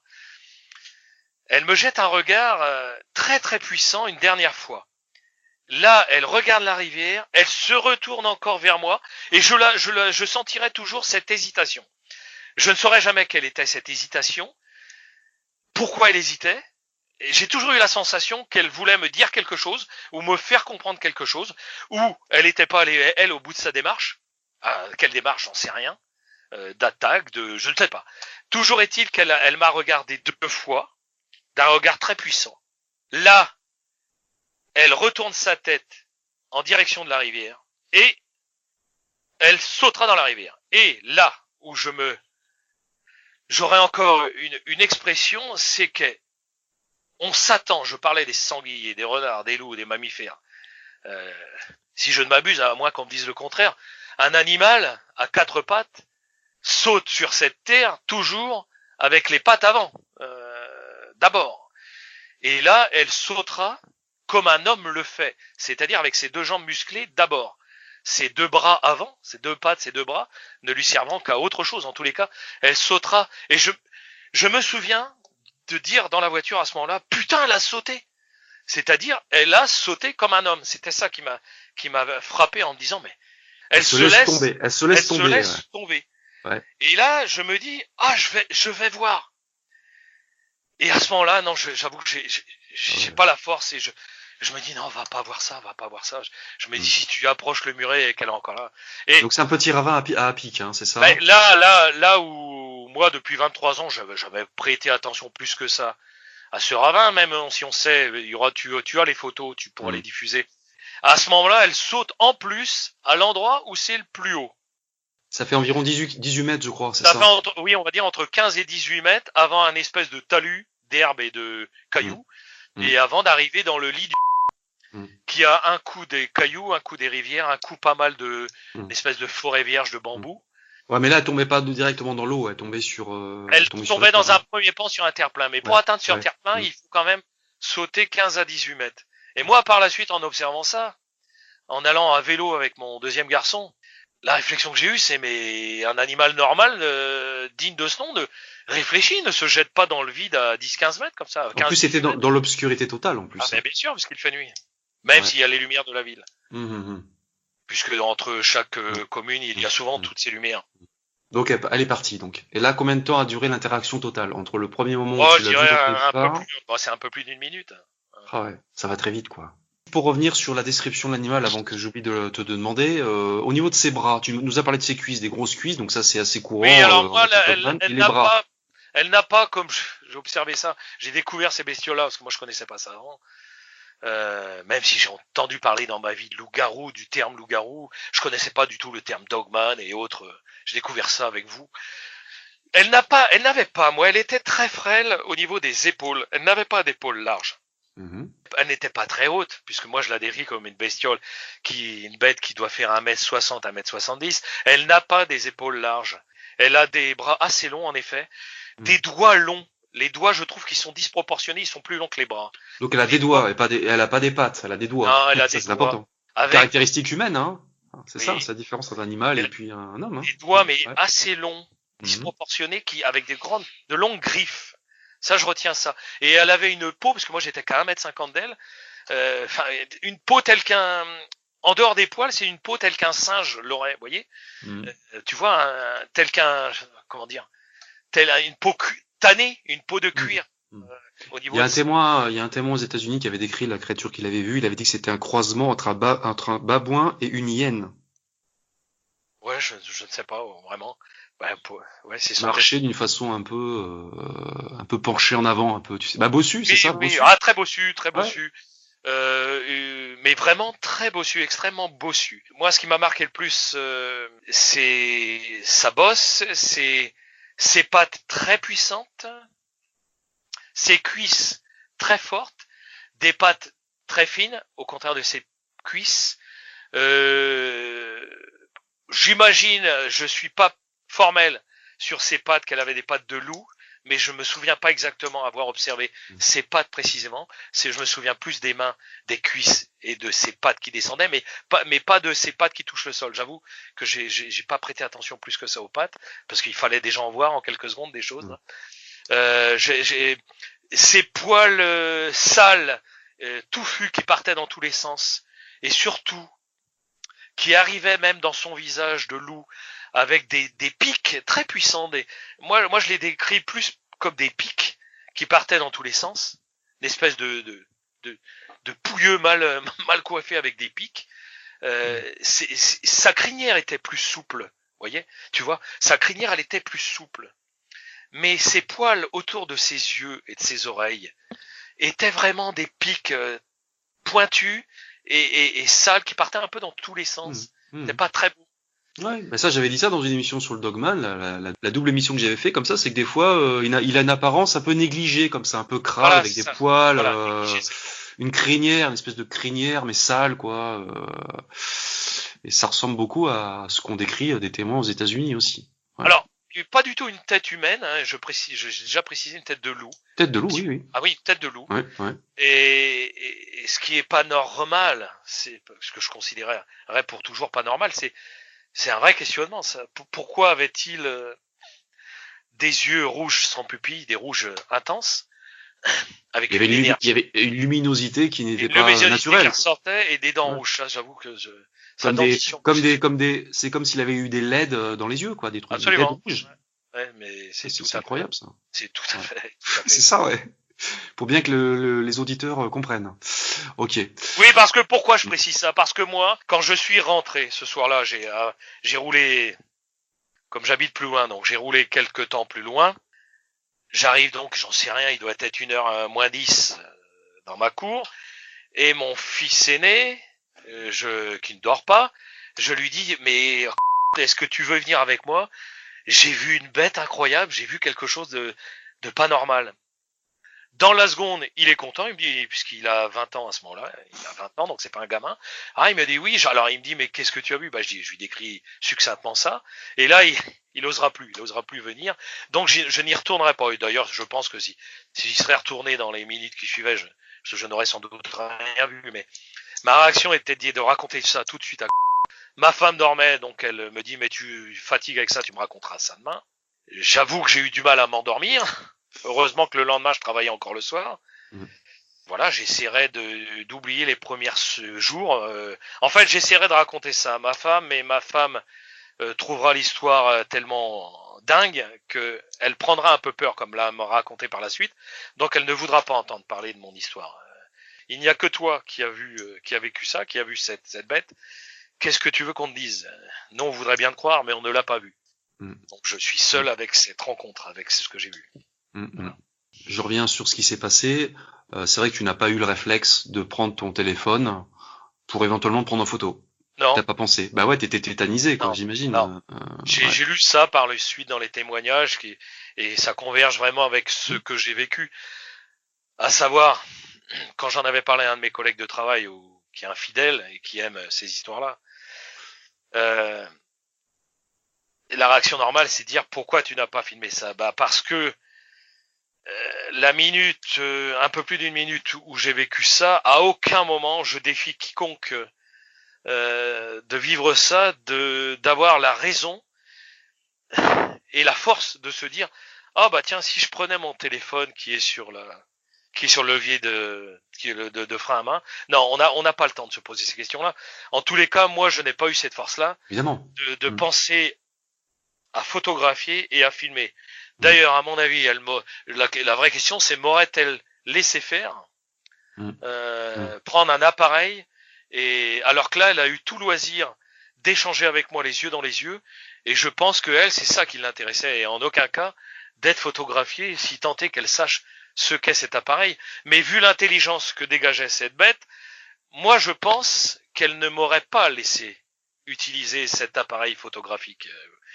Elle me jette un regard très très puissant une dernière fois. Là, elle regarde la rivière, elle se retourne encore vers moi et je sentirai toujours cette hésitation. Je ne saurais jamais quelle était cette hésitation, pourquoi elle hésitait. J'ai toujours eu la sensation qu'elle voulait me dire quelque chose ou me faire comprendre quelque chose, ou elle n'était pas allée, elle, au bout de sa démarche. Quelle démarche, j'en sais rien. D'attaque, je ne sais pas. Toujours est-il qu'elle m'a regardé 2 fois, d'un regard très puissant. Là, elle retourne sa tête en direction de la rivière et elle sautera dans la rivière. Et là où j'aurais encore une expression, c'est qu'on s'attend, je parlais des sangliers, des renards, des loups, des mammifères. Si je ne m'abuse, à moins qu'on me dise le contraire, un animal à 4 pattes saute sur cette terre toujours avec les pattes avant, d'abord. Et là, elle sautera comme un homme le fait, c'est-à-dire avec ses 2 jambes musclées d'abord. Ses 2 bras avant, ses 2 pattes, ses 2 bras, ne lui servant qu'à autre chose. En tous les cas, elle sautera. Et je me souviens de dire dans la voiture à ce moment-là, putain, elle a sauté. C'est-à-dire, elle a sauté comme un homme. C'était ça qui m'a frappé en me disant, mais elle se laisse tomber. Elle se laisse tomber. Ouais. Et là, je me dis, je vais voir. Et à ce moment-là, non, j'avoue que j'ai pas la force et je me dis non, va pas voir ça. Je me dis si tu approches le muret et qu'elle est encore là. Et donc c'est un petit ravin à pic, hein, c'est ça? Ben, là où moi depuis 23 ans, j'avais prêté attention plus que ça à ce ravin, même si on sait, tu as les photos, tu pourras les diffuser. À ce moment-là, elle saute en plus à l'endroit où c'est le plus haut. Ça fait environ 18 mètres, je crois, c'est ça? Oui, on va dire entre 15 et 18 mètres avant un espèce de talus d'herbe et de cailloux, et avant d'arriver dans le lit du qui a un coup des cailloux, un coup des rivières, un coup pas mal de Mm. espèce de forêt vierge de bambou. Ouais, mais là, elle tombait pas directement dans l'eau, elle tombait Elle tombait sur le tombait dans un terrain. premier pan sur un terre-plein, mais pour Ouais, atteindre sur un ouais. terre-plein, Mm. il faut quand même sauter 15 à 18 mètres. Et moi, par la suite, en observant ça, en allant à vélo avec mon deuxième garçon, la réflexion que j'ai eue, c'est mais un animal normal, digne de ce nom, réfléchit, ne se jette pas dans le vide à 10-15 mètres comme ça, En plus, 15-18 c'était mètres. dans l'obscurité totale, en Ah plus. mais bien sûr, parce qu'il fait nuit. Même Ouais. s'il y a les lumières de la ville. Mhm, Puisque entre chaque mhm. commune, il y a souvent Mhm. toutes ces lumières. Donc, elle est partie, donc. Et là, combien de temps a duré l'interaction totale entre le premier moment où Oh, tu je l'as vu dirais dans ton un peu phare? plus, bon, c'est un peu plus d'une minute. Ah ouais, ça va très vite, quoi. Pour revenir sur la description de l'animal, avant que j'oublie de te demander, au niveau de ses bras, tu nous as parlé de ses cuisses, des grosses cuisses, donc ça c'est assez Oui, courant alors en moi, matière de Dogman. Et les bras. elle n'a pas, comme j'ai observé ça, j'ai découvert ces bestiaux-là, parce que moi je connaissais pas ça avant. Même si j'ai entendu parler dans ma vie de loup-garou, du terme loup-garou, je connaissais pas du tout le terme dogman et autres. J'ai découvert ça avec vous. Elle n'avait pas, moi, elle était très frêle au niveau des épaules. Elle n'avait pas d'épaules larges. Mhm. Elle n'était pas très haute, puisque moi je la décris comme une bestiole une bête qui doit faire 1m60, 1m70. Elle n'a pas des épaules larges. Elle a des bras assez longs, en effet. Des doigts longs. Les doigts, je trouve qu'ils sont disproportionnés, ils sont plus longs que les bras. Donc elle a Les des doigts, doigts, elle a pas des pattes, elle a des doigts. non, elle a Ça des c'est doigts. important. Avec, Caractéristique humaine, hein. C'est ça, oui, c'est la différence entre un animal et puis un homme, hein. des doigts, mais Ouais. assez longs, Mhm. disproportionnés, avec de longues griffes. Ça, je retiens ça. Et elle avait une peau, parce que moi j'étais qu'à 1m50 d'elle, une peau telle en dehors des poils, c'est une peau telle qu'un singe l'aurait, vous voyez. Mhm. Tu vois, tel qu'un, comment dire, une peau tannée, une peau de Mhm. cuir Mhm. au Il y niveau a de. il y a un témoin aux États-Unis qui avait décrit la créature qu'il avait vue. Il avait dit que c'était un croisement entre un babouin et une hyène. Ouais, je ne sais pas vraiment. Ouais, ouais, c'est son tête. Marcher d'une façon un peu penchée en avant, un peu, tu sais. Bah, bossu, c'est Oui, ça, oui, bossu. ah, très bossu, très Ouais. bossu. Mais vraiment très bossu, extrêmement bossu. Moi, ce qui m'a marqué le plus, c'est sa bosse, ses pattes très puissantes, ses cuisses très fortes, des pattes très fines, au contraire de ses cuisses. Euh, J'imagine, je suis pas formel sur ses pattes, qu'elle avait des pattes de loup, mais je me souviens pas exactement avoir observé ses pattes précisément. Je me souviens plus des mains, des cuisses et de ses pattes qui descendaient, mais pas de ses pattes qui touchent le sol. J'avoue que j'ai pas prêté attention plus que ça aux pattes, parce qu'il fallait déjà en voir en quelques secondes des choses. Ces poils sales, touffus qui partaient dans tous les sens, et surtout qui arrivait même dans son visage de loup avec des pics très puissants. Moi, je les décris plus comme des pics qui partaient dans tous les sens, une espèce de pouilleux mal coiffé avec des pics. Sa crinière était plus souple, voyez, tu vois, sa crinière elle était plus souple, mais ses poils autour de ses yeux et de ses oreilles étaient vraiment des pics pointus et sales qui partaient un peu dans tous les Mhm. sens. C'était Mhm. pas très beau. Ouais, bah ça j'avais dit ça dans une émission sur le Dogman, la double émission que j'avais fait comme ça, c'est que des fois il a une apparence un peu négligée comme ça, un peu crade Voilà, avec des c'est ça. poils, Voilà, négligé, c'est le mot. une crinière, une espèce de crinière mais sale quoi. Et ça ressemble beaucoup à ce qu'on décrit des témoins aux États-Unis aussi. Ouais. Alors, pas du tout une tête humaine, hein, j'ai déjà précisé une tête de loup. Tête de loup, oui, oui. Ah oui, une tête de loup. Ouais, ouais. Et ce qui est pas normal, c'est ce que je considérais pour toujours pas normal, c'est un vrai questionnement. Ça. Pourquoi avait-il des yeux rouges sans pupille, des rouges intenses, avec une Il y énergie, avait une luminosité qui n'était une pas luminosité qui naturelle, quoi. ressortait et des dents Ouais. rouges. Ça, j'avoue que sa dentition. C'est comme s'il avait eu des LED dans les yeux, quoi, des trucs, des LED Absolument. rouges. Ouais, mais c'est tout C'est à fait. incroyable, ça. C'est tout à Ouais. fait. Tout à fait. C'est ça, ouais. Pour bien que les auditeurs comprennent. Ok. Oui, parce que pourquoi je précise ça? Parce que moi, quand je suis rentré ce soir-là, j'ai roulé, comme j'habite plus loin, donc j'ai roulé quelques temps plus loin. J'arrive donc, j'en sais rien, il doit être 1h moins 10 dans ma cour. Et mon fils aîné, qui ne dort pas, je lui dis, mais est-ce que tu veux venir avec moi? J'ai vu une bête incroyable, j'ai vu quelque chose de pas normal. Dans la seconde, il est content, il me dit, puisqu'il a 20 ans à ce moment-là, il a 20 ans, donc c'est pas un gamin. Ah, il me dit oui, alors il me dit, mais qu'est-ce que tu as vu? Bah, je lui décris succinctement ça. Et là, il osera plus venir. Donc, je n'y retournerai pas. Et d'ailleurs, je pense que si j'y serais retourné dans les minutes qui suivaient, je n'aurais sans doute rien vu, mais ma réaction était de raconter ça tout de suite à ma femme dormait, donc elle me dit, mais tu fatigues avec ça, tu me raconteras ça demain. J'avoue que j'ai eu du mal à m'endormir. Heureusement que le lendemain, je travaillais encore le soir. Voilà, j'essaierai d'oublier les premiers jours. En fait, j'essaierai de raconter ça à ma femme, mais ma femme trouvera l'histoire tellement dingue que elle prendra un peu peur, comme là m'a raconté par la suite. Donc, elle ne voudra pas entendre parler de mon histoire. Il n'y a que toi qui a vécu ça, qui a vu cette bête. Qu'est-ce que tu veux qu'on te dise? Nous, on voudrait bien te croire, mais on ne l'a pas vu. Donc, je suis seul avec cette rencontre, avec ce que j'ai vu. Voilà. Je reviens sur ce qui s'est passé. C'est vrai que tu n'as pas eu le réflexe de prendre ton téléphone pour éventuellement prendre en photo. Non. T'as pas pensé? Bah ouais, t'étais tétanisé, quoi, Non. j'imagine. Non. J'ai lu ça par la suite dans les témoignages et ça converge vraiment avec ce que j'ai vécu. À savoir, quand j'en avais parlé à un de mes collègues de travail qui est un fidèle et qui aime ces histoires-là, la réaction normale, c'est de dire pourquoi tu n'as pas filmé ça? Bah parce que la minute, un peu plus d'une minute où j'ai vécu ça, à aucun moment je défie quiconque de vivre ça, d'avoir la raison et la force de se dire ah bah tiens, si je prenais mon téléphone qui est sur le levier de frein à main. Non, on n'a pas le temps de se poser ces questions-là. En tous les cas, moi je n'ai pas eu cette force-là de penser à photographier et à filmer. D'ailleurs, à mon avis, la vraie question, c'est m'aurait-elle laissé faire, prendre un appareil, et alors que là, elle a eu tout loisir d'échanger avec moi les yeux dans les yeux, et je pense que elle, c'est ça qui l'intéressait, et en aucun cas d'être photographiée, si tant est qu'elle sache ce qu'est cet appareil. Mais vu l'intelligence que dégageait cette bête, moi, je pense qu'elle ne m'aurait pas laissé utiliser cet appareil photographique.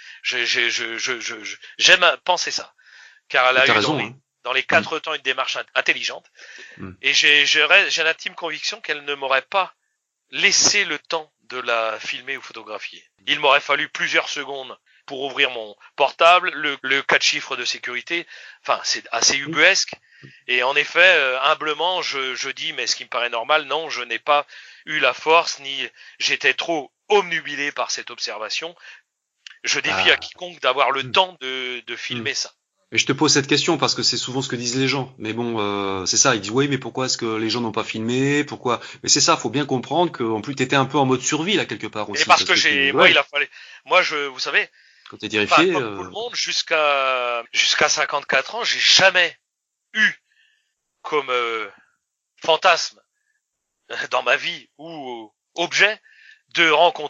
J'aime penser ça, car elle a eu raison, dans les 4 temps une démarche intelligente, et j'ai l'intime conviction qu'elle ne m'aurait pas laissé le temps de la filmer ou photographier. Il m'aurait fallu plusieurs secondes pour ouvrir mon portable, le 4 chiffres de sécurité, enfin c'est assez ubuesque, et en effet, humblement, je dis, mais ce qui me paraît normal, non, je n'ai pas eu la force, ni j'étais trop omnubilé par cette observation. Je défie à quiconque d'avoir le temps de filmer ça. Et je te pose cette question parce que c'est souvent ce que disent les gens. Mais bon, c'est ça. Ils disent oui, mais pourquoi est-ce que les gens n'ont pas filmé? Pourquoi? Mais c'est ça. Faut bien comprendre que en plus t'étais un peu en mode survie là quelque part aussi. Et parce que moi, il a fallu. Moi, vous savez. Quand t'es terrifié. Comme tout le monde, jusqu'à 54 ans, j'ai jamais eu comme fantasme dans ma vie ou objet de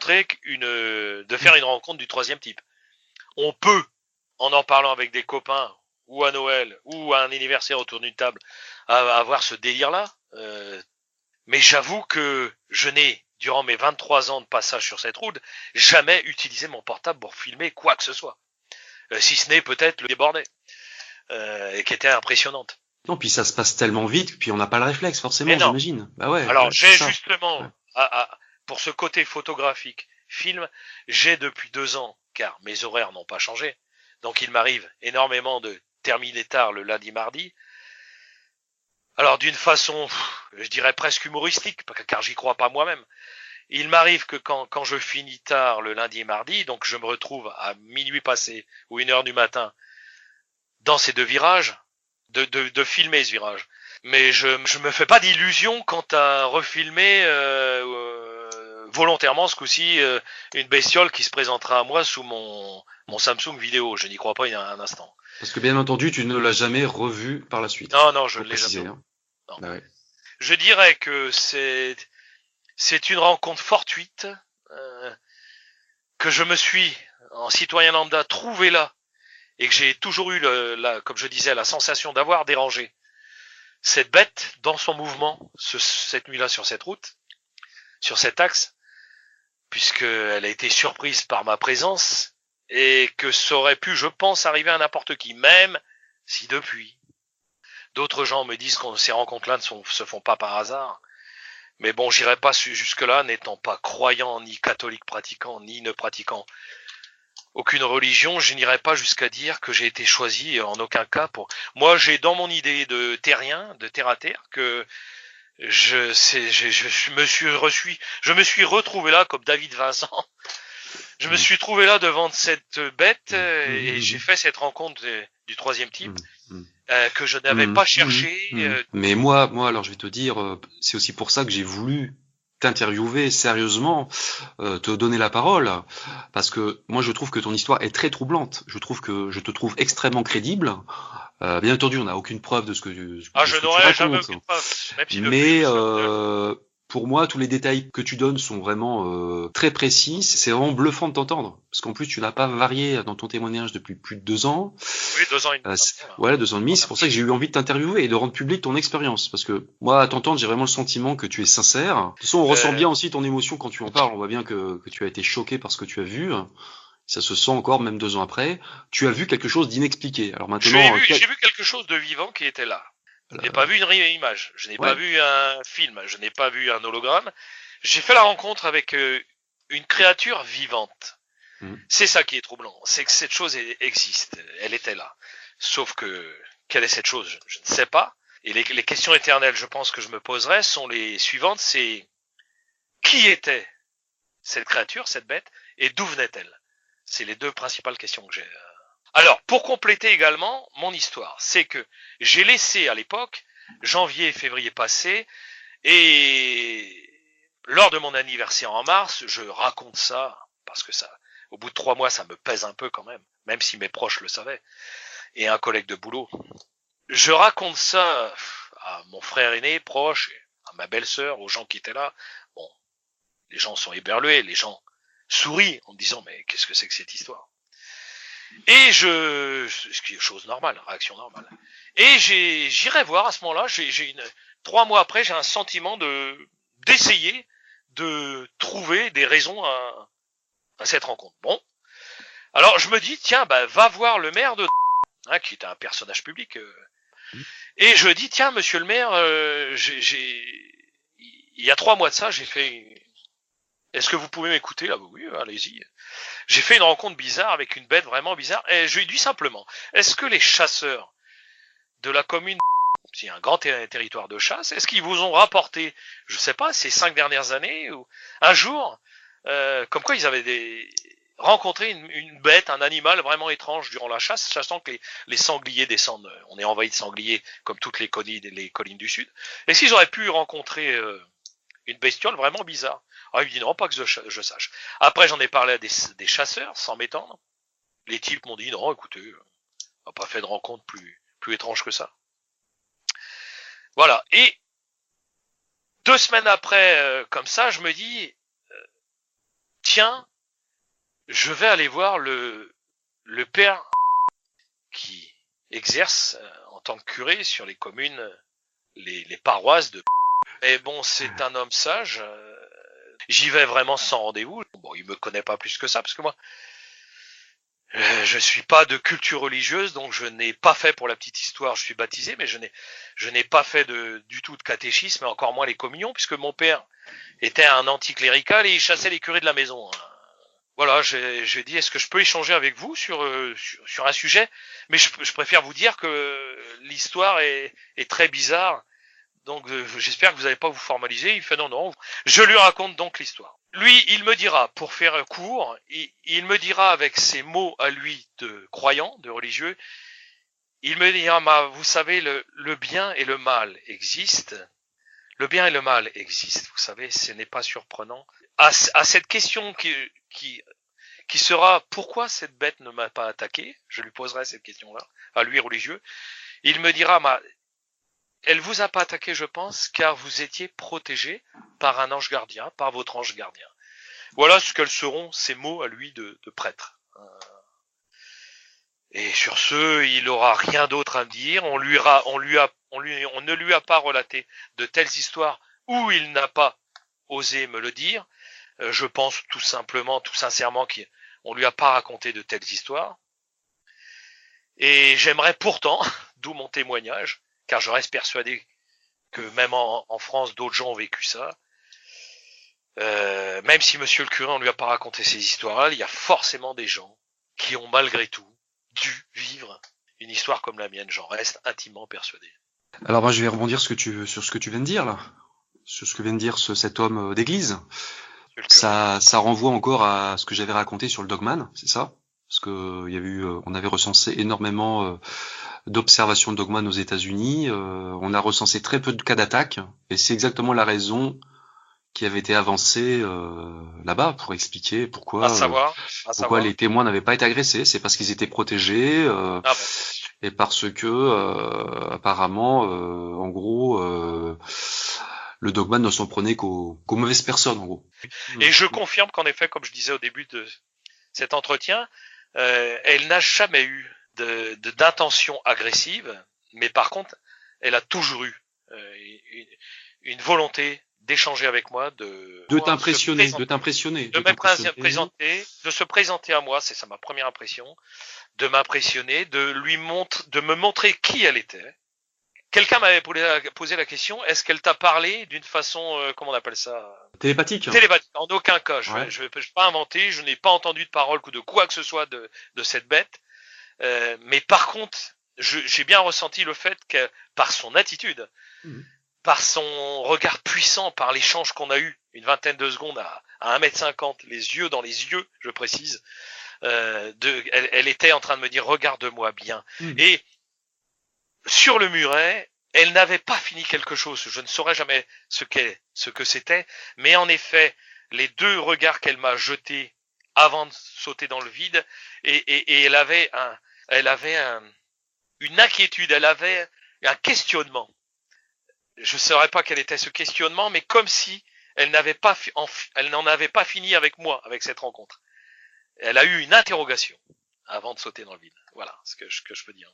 faire une rencontre du troisième type. On peut, en parlant avec des copains, ou à Noël, ou à un anniversaire autour d'une table, avoir ce délire-là. Mais j'avoue que je n'ai, durant mes 23 ans de passage sur cette route, jamais utilisé mon portable pour filmer quoi que ce soit. Si ce n'est peut-être le débordé, et qui était impressionnante. Non, puis ça se passe tellement vite, puis on n'a pas le réflexe forcément, j'imagine. Bah ouais. Alors j'ai justement, pour ce côté photographique, film, j'ai depuis 2 ans, car mes horaires n'ont pas changé, donc il m'arrive énormément de terminer tard le lundi, mardi. Alors d'une façon, je dirais presque humoristique, car j'y crois pas moi-même. Il m'arrive que quand je finis tard le lundi et mardi, donc je me retrouve à minuit passé ou 1h du matin dans ces 2 virages, de filmer ce virage. Mais je me fais pas d'illusions quant à refilmer volontairement ce coup-ci une bestiole qui se présentera à moi sous mon Samsung vidéo. Je n'y crois pas un instant. Parce que bien entendu, tu ne l'as jamais revu par la suite. Non, je ne l'ai jamais. Non. Bah ouais. Je dirais que c'est une rencontre fortuite que je me suis, en citoyen lambda, trouvé là, et que j'ai toujours eu, comme je disais, la sensation d'avoir dérangé cette bête dans son mouvement cette nuit-là sur cette route, sur cet axe, puisqu'elle a été surprise par ma présence, et que ça aurait pu, je pense, arriver à n'importe qui, même si depuis, D'autres gens me disent que ces rencontres-là se font pas par hasard. Mais bon, j'irai pas jusque-là, n'étant pas croyant, ni catholique pratiquant, ni ne pratiquant aucune religion, je n'irai pas jusqu'à dire que j'ai été choisi en aucun cas pour... Moi, j'ai dans mon idée de terrien, de terre à terre, que je me suis retrouvé là comme David Vincent. Je me suis trouvé là devant cette bête et j'ai fait cette rencontre du troisième type que je n'avais pas cherché. Mais moi, alors je vais te dire, c'est aussi pour ça que j'ai voulu t'interviewer sérieusement, te donner la parole, parce que moi je trouve que ton histoire est très troublante. Je te trouve extrêmement crédible. Bien entendu, on n'a aucune preuve de ce que tu je n'aurais jamais aucune preuve. Mais pour moi, tous les détails que tu donnes sont vraiment très précis. C'est vraiment bluffant de t'entendre. Parce qu'en plus, tu n'as pas varié dans ton témoignage depuis plus de 2 ans. Oui, 2 ans et demi. Voilà, 2 ans et demi. C'est pour ça que j'ai eu envie de t'interviewer et de rendre public ton expérience. Parce que moi, à t'entendre, j'ai vraiment le sentiment que tu es sincère. De toute façon, on ressent bien aussi ton émotion quand tu en parles. On voit bien que tu as été choqué par ce que tu as vu. Ça se sent encore, même 2 ans après. Tu as vu quelque chose d'inexpliqué. Alors maintenant, j'ai vu quelque chose de vivant qui était là. Je n'ai pas vu une image, je n'ai pas vu un film, je n'ai pas vu un hologramme. J'ai fait la rencontre avec une créature vivante. C'est ça qui est troublant, c'est que cette chose existe, elle était là. Sauf que, quelle est cette chose? Je ne sais pas. Et les questions éternelles, je pense, que je me poserai sont les suivantes, c'est qui était cette créature, cette bête, et d'où venait-elle? C'est les 2 principales questions que j'ai. Alors, pour compléter également mon histoire, c'est que j'ai laissé à l'époque, janvier et février passé, et lors de mon anniversaire en mars, je raconte ça, parce que ça, au bout de 3 mois, ça me pèse un peu quand même si mes proches le savaient, et un collègue de boulot. Je raconte ça à mon frère aîné, proche, à ma belle-sœur, aux gens qui étaient là. Bon, les gens sont éberlués, les gens sourient en me disant, mais qu'est-ce que c'est que cette histoire? Et ce qui est chose normale, réaction normale. Et j'irai voir à ce moment-là, 3 mois après, j'ai un sentiment d'essayer de trouver des raisons à cette rencontre. Bon. Alors, je me dis, tiens, va voir le maire de, qui est un personnage public, et je dis, tiens, monsieur le maire, il y a 3 mois de ça, j'ai fait, est-ce que vous pouvez m'écouter? Là, oui, allez-y. J'ai fait une rencontre bizarre avec une bête vraiment bizarre, et je lui dis simplement, est-ce que les chasseurs de la commune, c'est un grand territoire de chasse, est-ce qu'ils vous ont rapporté, je sais pas, ces 5 dernières années, ou un jour, comme quoi ils avaient rencontré une bête, un animal vraiment étrange durant la chasse, sachant que les sangliers descendent, on est envahi de sangliers comme toutes les collines du sud. Est-ce qu'ils auraient pu rencontrer une bestiole vraiment bizarre? Ah, il me dit non, pas que je sache. Après, j'en ai parlé à des chasseurs, sans m'étendre. Les types m'ont dit non, écoutez, on n'a pas fait de rencontre plus étrange que ça. Voilà. Et 2 semaines après, comme ça, je me dis, tiens, je vais aller voir le père qui exerce en tant que curé sur les communes, les paroisses de... Et bon, c'est un homme sage. J'y vais vraiment sans rendez-vous. Bon, il me connaît pas plus que ça, parce que moi, je suis pas de culture religieuse, donc je n'ai pas fait, pour la petite histoire, je suis baptisé, mais je n'ai pas fait du tout de catéchisme, et encore moins les communions, puisque mon père était un anticlérical et il chassait les curés de la maison. Voilà, j'ai dit, est-ce que je peux échanger avec vous sur un sujet? Mais je préfère vous dire que l'histoire est très bizarre. Donc j'espère que vous n'allez pas vous formaliser. Il fait non. Je lui raconte donc l'histoire. Lui, il me dira, pour faire court, il me dira avec ses mots à lui de croyant, de religieux, il me dira, vous savez, le bien et le mal existent. Le bien et le mal existent, vous savez, ce n'est pas surprenant. À cette question qui sera, pourquoi cette bête ne m'a pas attaqué? Je lui poserai cette question-là, à lui religieux. Il me dira, elle vous a pas attaqué, je pense, car vous étiez protégé par un ange gardien, par votre ange gardien. Voilà ce qu'elles seront ces mots à lui de prêtre. Et sur ce, il aura rien d'autre à me dire. On ne lui a pas relaté de telles histoires où il n'a pas osé me le dire. Je pense tout simplement, tout sincèrement, qu'on lui a pas raconté de telles histoires. Et j'aimerais pourtant, d'où mon témoignage, car je reste persuadé que même en France, d'autres gens ont vécu ça. Même si monsieur le curé, on lui a pas raconté ces histoires-là, il y a forcément des gens qui ont malgré tout dû vivre une histoire comme la mienne. J'en reste intimement persuadé. Alors moi je vais rebondir sur ce que tu viens de dire là, sur ce que vient de dire cet homme d'église. Ça renvoie encore à ce que j'avais raconté sur le Dogman, c'est ça? Parce que il y a eu, on avait recensé énormément d'observations de Dogman aux États-Unis. On a recensé très peu de cas d'attaque, et c'est exactement la raison qui avait été avancée là-bas pour expliquer pourquoi les témoins n'avaient pas été agressés. C'est parce qu'ils étaient protégés. Et parce que apparemment, en gros, le Dogman ne s'en prenait qu'aux mauvaises personnes, en gros. Et je confirme qu'en effet, comme je disais au début de cet entretien, elle n'a jamais eu d'intention agressive, mais par contre, elle a toujours eu une volonté d'échanger avec moi, de t'impressionner, de se présenter à moi, c'est ça ma première impression, de m'impressionner, de me montrer qui elle était. Quelqu'un m'avait posé la question, est-ce qu'elle t'a parlé d'une façon, comment on appelle ça? Télépathique. En aucun cas. Je vais pas inventer, je n'ai pas entendu de parole ou de quoi que ce soit de cette bête. Mais par contre, j'ai bien ressenti le fait que, par son attitude, par son regard puissant, par l'échange qu'on a eu, une vingtaine de secondes à 1m50, les yeux dans les yeux, je précise, elle était en train de me dire, regarde-moi bien. Et, sur le muret, elle n'avait pas fini quelque chose. Je ne saurais jamais ce que c'était, mais en effet, les deux regards qu'elle m'a jetés avant de sauter dans le vide, et elle avait une inquiétude, elle avait un questionnement. Je ne saurais pas quel était ce questionnement, mais comme si elle n'en avait pas fini avec moi, avec cette rencontre. Elle a eu une interrogation avant de sauter dans le vide. Voilà ce que je peux dire.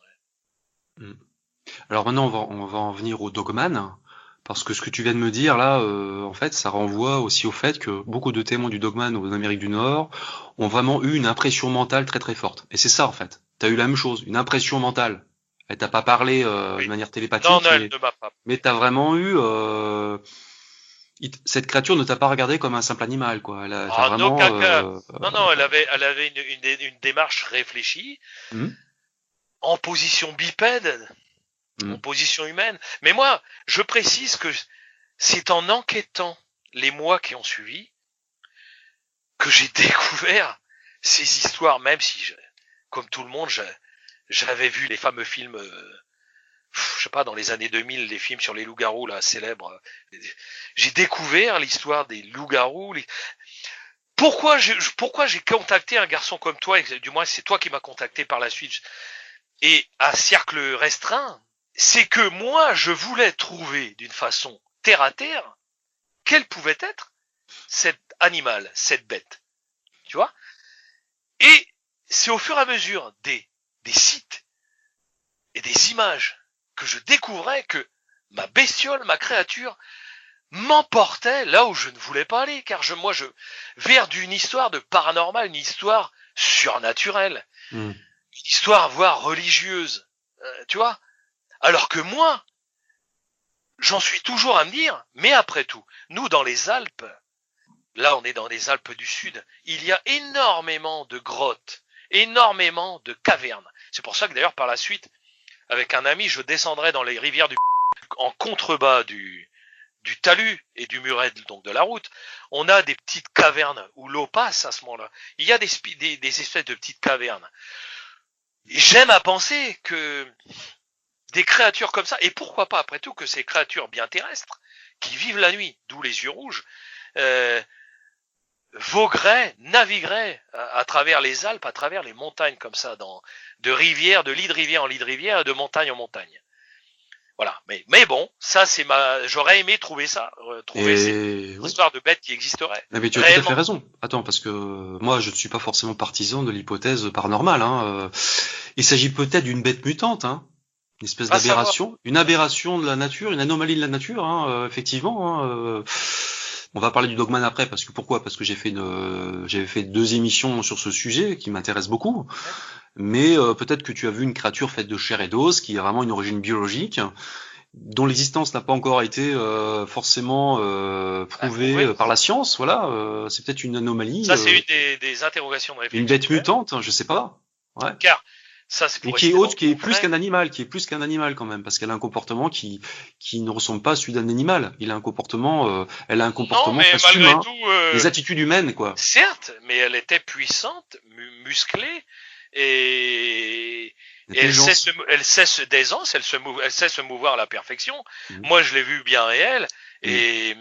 Alors maintenant, on va en venir au Dogman, parce que ce que tu viens de me dire là, en fait, ça renvoie aussi au fait que beaucoup de témoins du Dogman en Amérique du Nord ont vraiment eu une impression mentale très très forte. Et c'est ça en fait. T'as eu la même chose, une impression mentale. Elle t'a pas parlé de manière télépathique, non, elle ne m'a pas. Mais t'as vraiment eu cette créature ne t'a pas regardé comme un simple animal, quoi. Elle a vraiment. Aucun cas. Non, elle avait une démarche réfléchie, en position bipède. En position humaine. Mais moi, je précise que c'est en enquêtant les mois qui ont suivi que j'ai découvert ces histoires, même si, comme tout le monde, j'avais vu les fameux films, je sais pas, dans les années 2000, les films sur les loups-garous, là, célèbres. J'ai découvert l'histoire des loups-garous. Pourquoi j'ai contacté un garçon comme toi, et du moins c'est toi qui m'as contacté par la suite, et à cercle restreint, c'est que moi, je voulais trouver d'une façon terre à terre quel pouvait être cet animal, cette bête. Tu vois? Et c'est au fur et à mesure des sites et des images que je découvrais que ma bestiole, ma créature, m'emportait là où je ne voulais pas aller, car vers d'une histoire de paranormal, une histoire surnaturelle, une histoire voire religieuse, tu vois? Alors que moi, j'en suis toujours à me dire, mais après tout, nous dans les Alpes, là on est dans les Alpes du Sud, il y a énormément de grottes, énormément de cavernes. C'est pour ça que d'ailleurs par la suite, avec un ami, je descendrai dans les rivières en contrebas du talus et du muret donc de la route. On a des petites cavernes où l'eau passe à ce moment-là. Il y a des espèces de petites cavernes. Et j'aime à penser que des créatures comme ça, et pourquoi pas après tout que ces créatures bien terrestres, qui vivent la nuit, d'où les yeux rouges, vogueraient, navigueraient à travers les Alpes, à travers les montagnes comme ça, de lit de rivière en lit de rivière, de montagne en montagne. Voilà. Mais bon, ça j'aurais aimé trouver ça, ces histoires de bêtes qui existeraient. Mais tu as tout à fait raison. Attends, parce que moi je ne suis pas forcément partisan de l'hypothèse paranormale. Il s'agit peut-être d'une bête mutante, une espèce d'aberration, une aberration de la nature, une anomalie de la nature, effectivement. On va parler du Dogman après, pourquoi ? Parce que j'avais fait 2 émissions sur ce sujet qui m'intéresse beaucoup. mais peut-être que tu as vu une créature faite de chair et d'os, qui a vraiment une origine biologique, dont l'existence n'a pas encore été forcément prouvée par la science. Voilà, c'est peut-être une anomalie. Ça, c'est une des interrogations de réflexion. Une bête mutante, hein, je sais pas. Ouais. Car ça, c'est pour Et qui est autre, qui est plus qu'un animal, quand même, parce qu'elle a un comportement qui ne ressemble pas à celui d'un animal. Elle a un comportement presque humain. Des attitudes humaines, quoi. Certes, mais elle était puissante, musclée, et elle sait d'aisance, elle sait se mouvoir à la perfection. Moi, je l'ai vu bien réel, et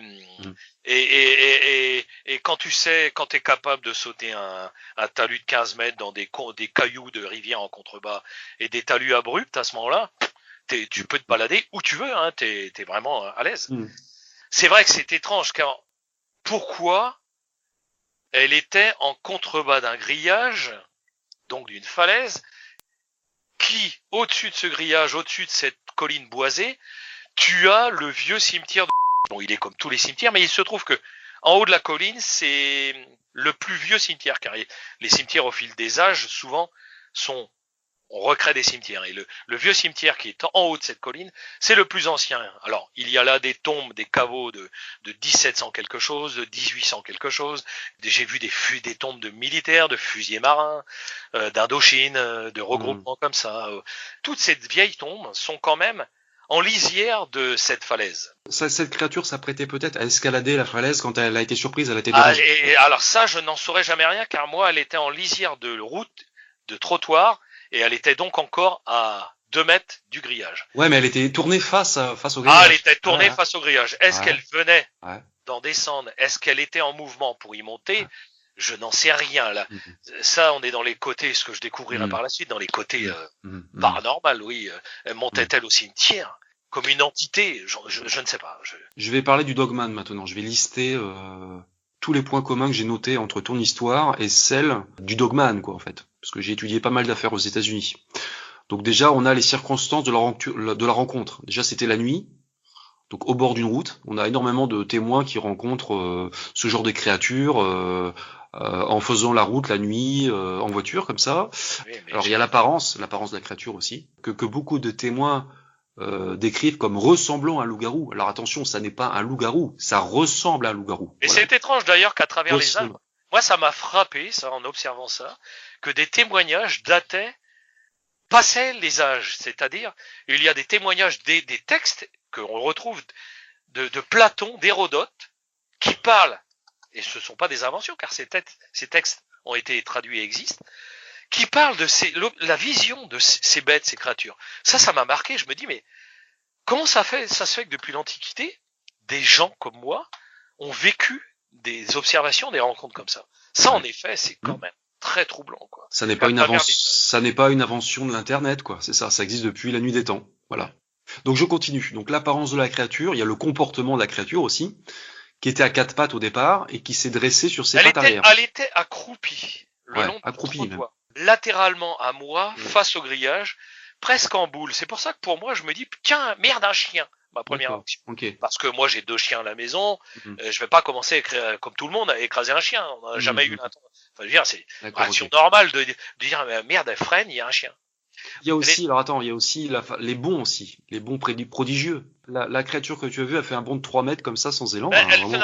quand t'es capable de sauter un talus de 15 mètres dans des cailloux de rivière en contrebas et des talus abrupts, à ce moment-là, tu peux te balader où tu veux, hein, t'es vraiment à l'aise. C'est vrai que c'est étrange, car pourquoi elle était en contrebas d'un grillage, donc d'une falaise, qui, au-dessus de ce grillage, au-dessus de cette colline boisée, tu as le vieux cimetière de... Bon, il est comme tous les cimetières, mais il se trouve que en haut de la colline, c'est le plus vieux cimetière, car les cimetières, au fil des âges, souvent, on recrée des cimetières. Et le vieux cimetière qui est en haut de cette colline, c'est le plus ancien. Alors, il y a là des tombes, des caveaux de 1700 quelque chose, de 1800 quelque chose. J'ai vu des tombes de militaires, de fusiliers marins, d'Indochine, de regroupements comme ça. Toutes ces vieilles tombes sont quand même en lisière de cette falaise. Cette créature s'apprêtait peut-être à escalader la falaise quand elle a été surprise, elle a été dérangée. Alors ça, je n'en saurais jamais rien, car moi, elle était en lisière de route, de trottoir, et elle était donc encore à 2 mètres du grillage. Ouais, mais elle était tournée face au grillage. Elle était tournée face au grillage. Est-ce qu'elle venait d'en descendre? Est-ce qu'elle était en mouvement pour y monter? Je n'en sais rien, là. Ça, on est dans les côtés, ce que je découvrirai par la suite, dans les côtés paranormal, oui. Montait-elle au cimetière comme une entité? Je ne sais pas. Je vais parler du Dogman maintenant. Je vais lister tous les points communs que j'ai notés entre ton histoire et celle du Dogman, quoi, en fait. Parce que j'ai étudié pas mal d'affaires aux États-Unis. Donc déjà, on a les circonstances de la rencontre. Déjà, c'était la nuit. Donc au bord d'une route, on a énormément de témoins qui rencontrent ce genre de créatures en faisant la route la nuit, en voiture, comme ça. Oui, alors il y a l'apparence de la créature aussi, que beaucoup de témoins décrivent comme ressemblant à un loup-garou. Alors attention, ça n'est pas un loup-garou, ça ressemble à un loup-garou. Et c'est étrange d'ailleurs qu'à travers les âges, moi ça m'a frappé, ça, en observant ça, que des témoignages passaient les âges. C'est-à-dire, il y a des témoignages, des textes qu'on retrouve de Platon, d'Hérodote, qui parlent, et ce ne sont pas des inventions, car ces textes ont été traduits et existent, qui parlent de la vision de ces bêtes, ces créatures. Ça m'a marqué. Je me dis, mais comment ça se fait que depuis l'Antiquité, des gens comme moi ont vécu des observations, des rencontres comme ça. Ça, en effet, c'est quand même très troublant, quoi. Ça n'est pas une invention de l'internet, quoi. C'est ça. Ça existe depuis la nuit des temps. Voilà. Donc je continue. Donc l'apparence de la créature, il y a le comportement de la créature aussi, qui était à 4 pattes au départ et qui s'est dressée sur ses pattes arrière. Elle était accroupie, le long du trottoir, latéralement à moi, face au grillage, presque en boule. C'est pour ça que pour moi, je me dis, tiens, merde, un chien. Ma première action. Parce que moi, j'ai 2 chiens à la maison. Je vais pas commencer comme tout le monde à écraser un chien. On n'a jamais eu l'intention. Enfin, je veux dire, c'est une action normale de dire, merde, elle freine, il y a un chien. Il y a aussi, il y a aussi les bons prodigieux. La créature que tu as vue a fait un bond de 3 mètres comme ça sans élan.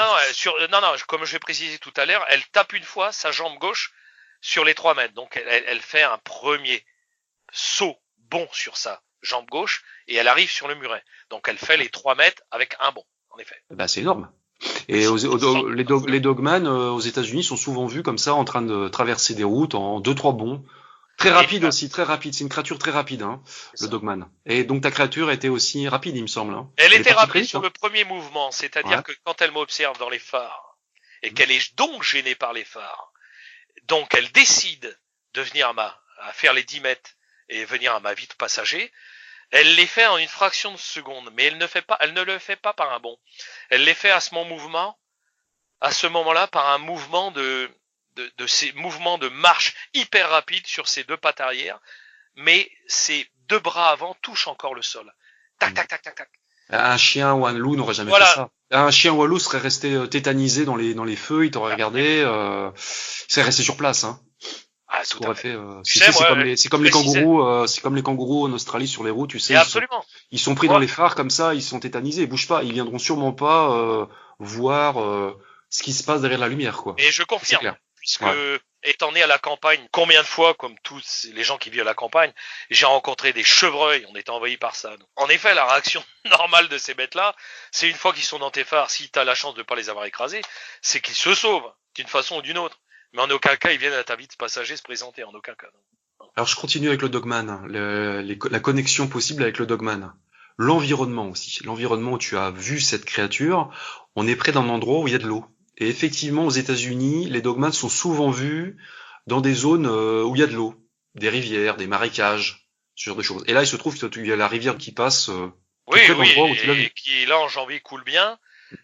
Non, comme je l'ai précisé tout à l'heure, elle tape une fois sa jambe gauche sur les 3 mètres. Donc elle fait un premier saut bond sur sa jambe gauche et elle arrive sur le muret. Donc elle fait les 3 mètres avec un bond, en effet. Bah, c'est énorme. Et les dogman aux États-Unis sont souvent vus comme ça en train de traverser des routes en 2-3 bonds. Très rapide aussi, très rapide. C'est une créature très rapide, hein, le Dogman. Et donc ta créature était aussi rapide, il me semble. Hein. Elle était rapide sur le premier mouvement, c'est-à-dire que quand elle m'observe dans les phares et qu'elle est donc gênée par les phares, donc elle décide de venir à faire les 10 mètres et venir à ma vie de passager, elle les fait en une fraction de seconde, mais elle ne le fait pas par un bond. Elle les fait à ce moment-là par un mouvement de ces mouvements de marche hyper rapides sur ses 2 pattes arrière, mais ses 2 bras avant touchent encore le sol. Tac, tac, tac, tac, tac. Un chien ou un loup n'aurait jamais fait ça. Un chien ou un loup serait resté tétanisé dans les feux, il t'aurait regardé, il serait resté sur place, hein. ce tout à qu'aurait fait. fait. Tu sais, moi, c'est comme les kangourous, c'est comme les kangourous en Australie sur les routes, tu sais. Et absolument. Ils sont pris dans les phares comme ça, ils sont tétanisés, ils bougent pas, ils viendront sûrement pas voir ce qui se passe derrière la lumière, quoi. Et je C'est confirme, clair. puisque Ouais. étant né à la campagne, combien de fois, comme tous les gens qui vivent à la campagne, j'ai rencontré des chevreuils, on était envahis par ça. Donc, en effet, la réaction normale de ces bêtes-là, c'est une fois qu'ils sont dans tes phares, si tu as la chance de pas les avoir écrasés, c'est qu'ils se sauvent, d'une façon ou d'une autre. Mais en aucun cas, ils viennent à ta vie de passager se présenter, en aucun cas. Alors je continue avec le Dogman, la connexion possible avec le Dogman. L'environnement aussi. L'environnement où tu as vu cette créature, on est près d'un endroit où il y a de l'eau. Et effectivement, aux États-Unis, les Dogmans sont souvent vus dans des zones où il y a de l'eau, des rivières, des marécages, ce genre de choses. Et là, il se trouve qu'il y a la rivière qui passe tout Oui, près de oui, l'endroit où tu l'as vu. et qui là en janvier coule bien.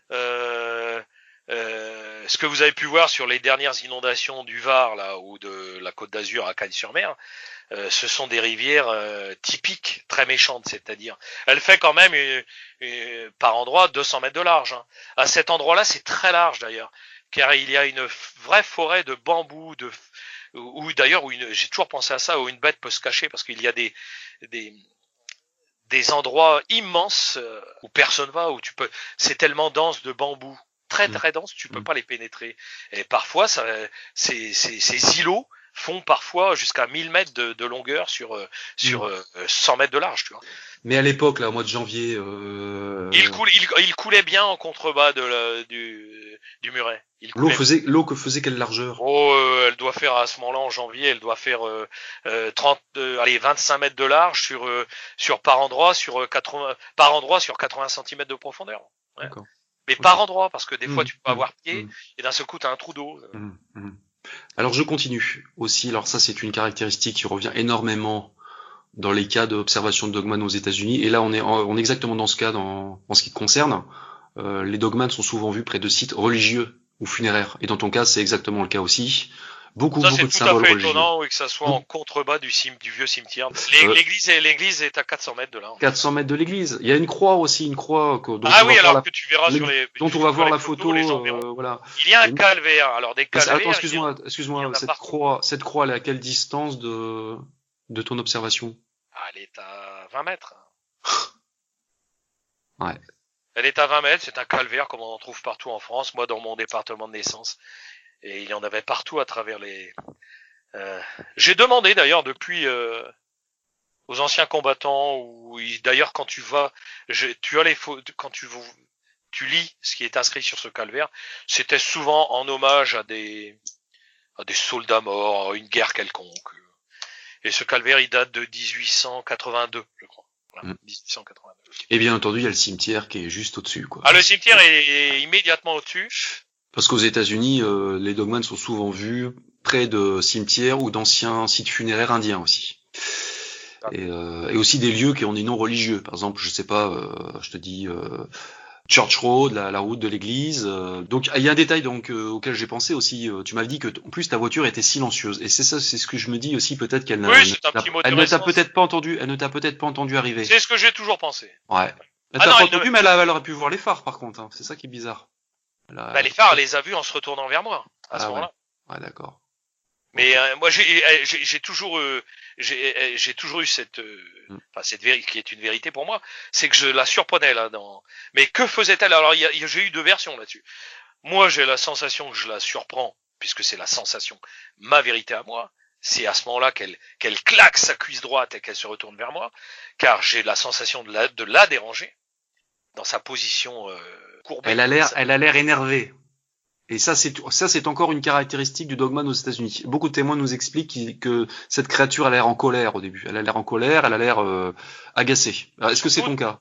Ce que vous avez pu voir sur les dernières inondations du Var là ou de la Côte d'Azur à Cagnes-sur-Mer, ce sont des rivières typiques, très méchantes, c'est-à-dire elle fait quand même par endroit 200 mètres de large. Hein. À cet endroit-là, c'est très large d'ailleurs, car il y a une vraie forêt de bambous, ou d'ailleurs j'ai toujours pensé à ça, où une bête peut se cacher parce qu'il y a des des endroits immenses où personne va, où tu peux, c'est tellement dense de bambous, très très dense, tu peux pas les pénétrer. Et parfois, ces îlots font parfois jusqu'à 1000 mètres de longueur sur 100 mètres de large, tu vois. Mais à l'époque, là, au mois de janvier, Il coulait bien en contrebas du Muret. l'eau que faisait quelle largeur? Oh, elle doit faire à ce moment-là en janvier, elle doit faire 25 mètres de large sur par endroit sur 80 cm de profondeur. Ouais. D'accord. Mais par endroit, parce que des fois tu peux avoir pied et d'un seul coup tu as un trou d'eau. Alors je continue aussi. Alors ça c'est une caractéristique qui revient énormément dans les cas d'observation de dogman aux États-Unis. Et là on est exactement dans ce cas en ce qui te concerne. Les dogmans sont souvent vus près de sites religieux ou funéraires. Et dans ton cas c'est exactement le cas aussi. Beaucoup de symboles religieux. Ça c'est tout à fait étonnant, oui, que ça soit en contrebas du vieux cimetière. L'église est à 400 mètres de là. 400 mètres de l'église. Il y a une croix aussi, dont que tu verras sur les, dont on va voir la photo. Voilà. Il y a un calvaire. Alors des calvaires. Attends, excuse-moi, cette croix, elle est à quelle distance de ton observation? Elle est à 20 mètres. Ouais. Elle est à 20 mètres, c'est un calvaire comme on en trouve partout en France, moi dans mon département de naissance. Et il y en avait partout à travers les... J'ai demandé d'ailleurs depuis aux anciens combattants, ou d'ailleurs quand tu vas... tu as les quand tu lis ce qui est inscrit sur ce calvaire, c'était souvent en hommage à des soldats morts, à une guerre quelconque. Et ce calvaire, il date de 1882, je crois. Voilà, 1882. Et bien entendu, il y a le cimetière qui est juste au-dessus, quoi. Ah, le cimetière est immédiatement au-dessus. Parce qu'aux États-Unis, les dogmans sont souvent vus près de cimetières ou d'anciens sites funéraires indiens aussi. Et aussi des lieux qui ont des noms religieux. Par exemple, je sais pas, je te dis Church Road, la route de l'église. Donc il y a un détail auquel j'ai pensé aussi. Tu m'avais dit que en plus ta voiture était silencieuse. Et c'est ce que je me dis aussi, peut-être qu'elle elle ne t'a peut-être pas entendu arriver. C'est ce que j'ai toujours pensé. Ouais. Elle t'a pas entendu, mais elle aurait pu voir les phares par contre. Hein. C'est ça qui est bizarre. Les phares, elle les a vus en se retournant vers moi à ce moment-là. Ouais, d'accord. Mais moi, j'ai toujours eu cette vérité qui est une vérité pour moi, c'est que je la surprenais là. Mais que faisait-elle? Alors, j'ai eu deux versions là-dessus. Moi, j'ai la sensation que je la surprends, puisque c'est la sensation, ma vérité à moi. C'est à ce moment-là qu'elle claque sa cuisse droite et qu'elle se retourne vers moi, car j'ai la sensation de la déranger dans sa position courbée. Elle a l'air énervée. Et ça c'est encore une caractéristique du dogman aux États-Unis. Beaucoup de témoins nous expliquent que cette créature a l'air en colère au début. Elle a l'air en colère, elle a l'air agacée. Alors, est-ce que c'est ton cas?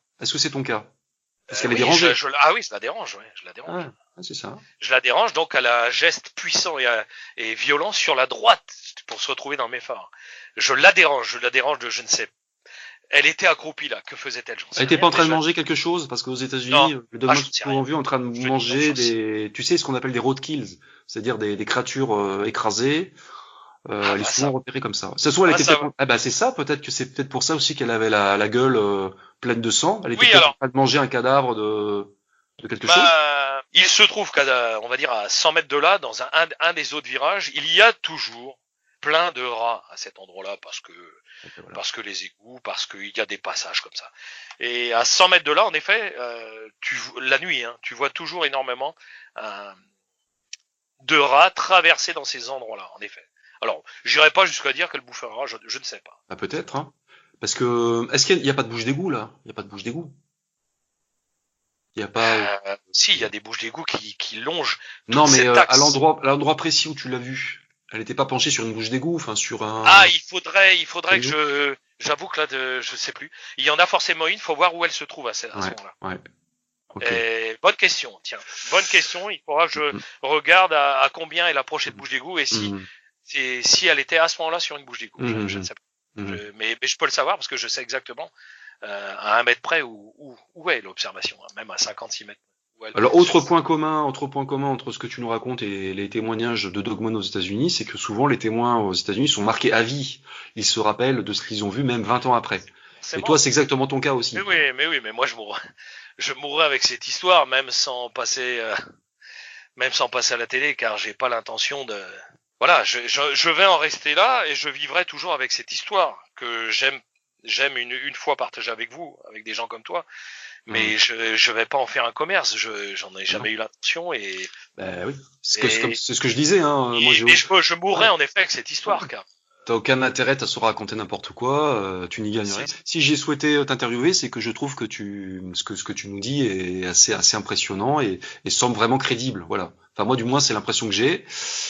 Parce qu'elle est dérangée. Je la dérange, ouais, je la dérange. Ah, c'est ça. Je la dérange, donc elle a un geste puissant et violent sur la droite pour se retrouver dans mes phares. Je la dérange de je ne sais. Elle était accroupie là. Que faisait-elle? Elle était pas en train de manger quelque chose, parce qu'aux États-Unis, le dogman est souvent vu en train de manger tu sais ce qu'on appelle des roadkills, c'est-à-dire des créatures écrasées. Elle est souvent repérée comme ça. C'est ça, peut-être que c'est peut-être pour ça aussi qu'elle avait la gueule pleine de sang. Elle était en train de manger un cadavre de quelque chose. Il se trouve on va dire à 100 mètres de là, dans un des autres virages, il y a toujours plein de rats à cet endroit-là Voilà. parce que les égouts, parce qu'il y a des passages comme ça. Et à 100 mètres de là, en effet, la nuit, hein, tu vois toujours énormément de rats traverser dans ces endroits-là, en effet. Alors, j'irai pas jusqu'à dire qu'elle bouffe un rat, je ne sais pas. Ah, peut-être, hein. Parce que, est-ce qu'il y a pas de bouche d'égout, là? Il y a pas de bouche d'égout. Il y a pas, Si, il y a des bouches d'égout qui longent non, toute mais, cette axe. à l'endroit précis où tu l'as vu. Elle était pas penchée sur une bouche d'égout, enfin, sur un... Ah, il faudrait que j'avoue que là, je sais plus. Il y en a forcément une, faut voir où elle se trouve à ce moment-là. Ouais. Ok. Bonne question, tiens. Bonne question. Il faudra que je Mhm. regarde à combien elle approchait de bouche d'égout et Mhm. si elle était à ce moment-là sur une bouche d'égout. Je ne sais pas. Mhm. Mais je peux le savoir parce que je sais exactement à 1 mètre près où est l'observation, hein, même à 56 mètres. Alors, autre point commun entre ce que tu nous racontes et les témoignages de Dogman aux États-Unis, c'est que souvent les témoins aux États-Unis sont marqués à vie. Ils se rappellent de ce qu'ils ont vu même 20 ans après. Et toi, c'est exactement ton cas aussi. Mais moi je mourrais avec cette histoire, même sans passer à la télé, car j'ai pas l'intention de. Voilà, je vais en rester là et je vivrai toujours avec cette histoire que j'aime une fois partager avec vous, avec des gens comme toi. Mais je vais pas en faire un commerce. J'en ai jamais eu l'intention et. Ben oui. C'est ce que je disais, hein. Moi, je mourrais en effet avec cette histoire, car. T'as aucun intérêt à se raconter n'importe quoi, tu n'y gagnes rien. Si j'ai souhaité t'interviewer, c'est que je trouve que ce que tu nous dis est assez impressionnant et semble vraiment crédible. Voilà. Enfin, moi, du moins, c'est l'impression que j'ai.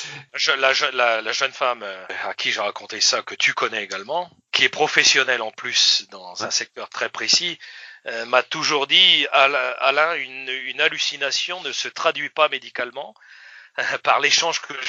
La jeune femme à qui j'ai raconté ça, que tu connais également, qui est professionnelle en plus dans un secteur très précis, m'a toujours dit, Alain, une hallucination ne se traduit pas médicalement par l'échange que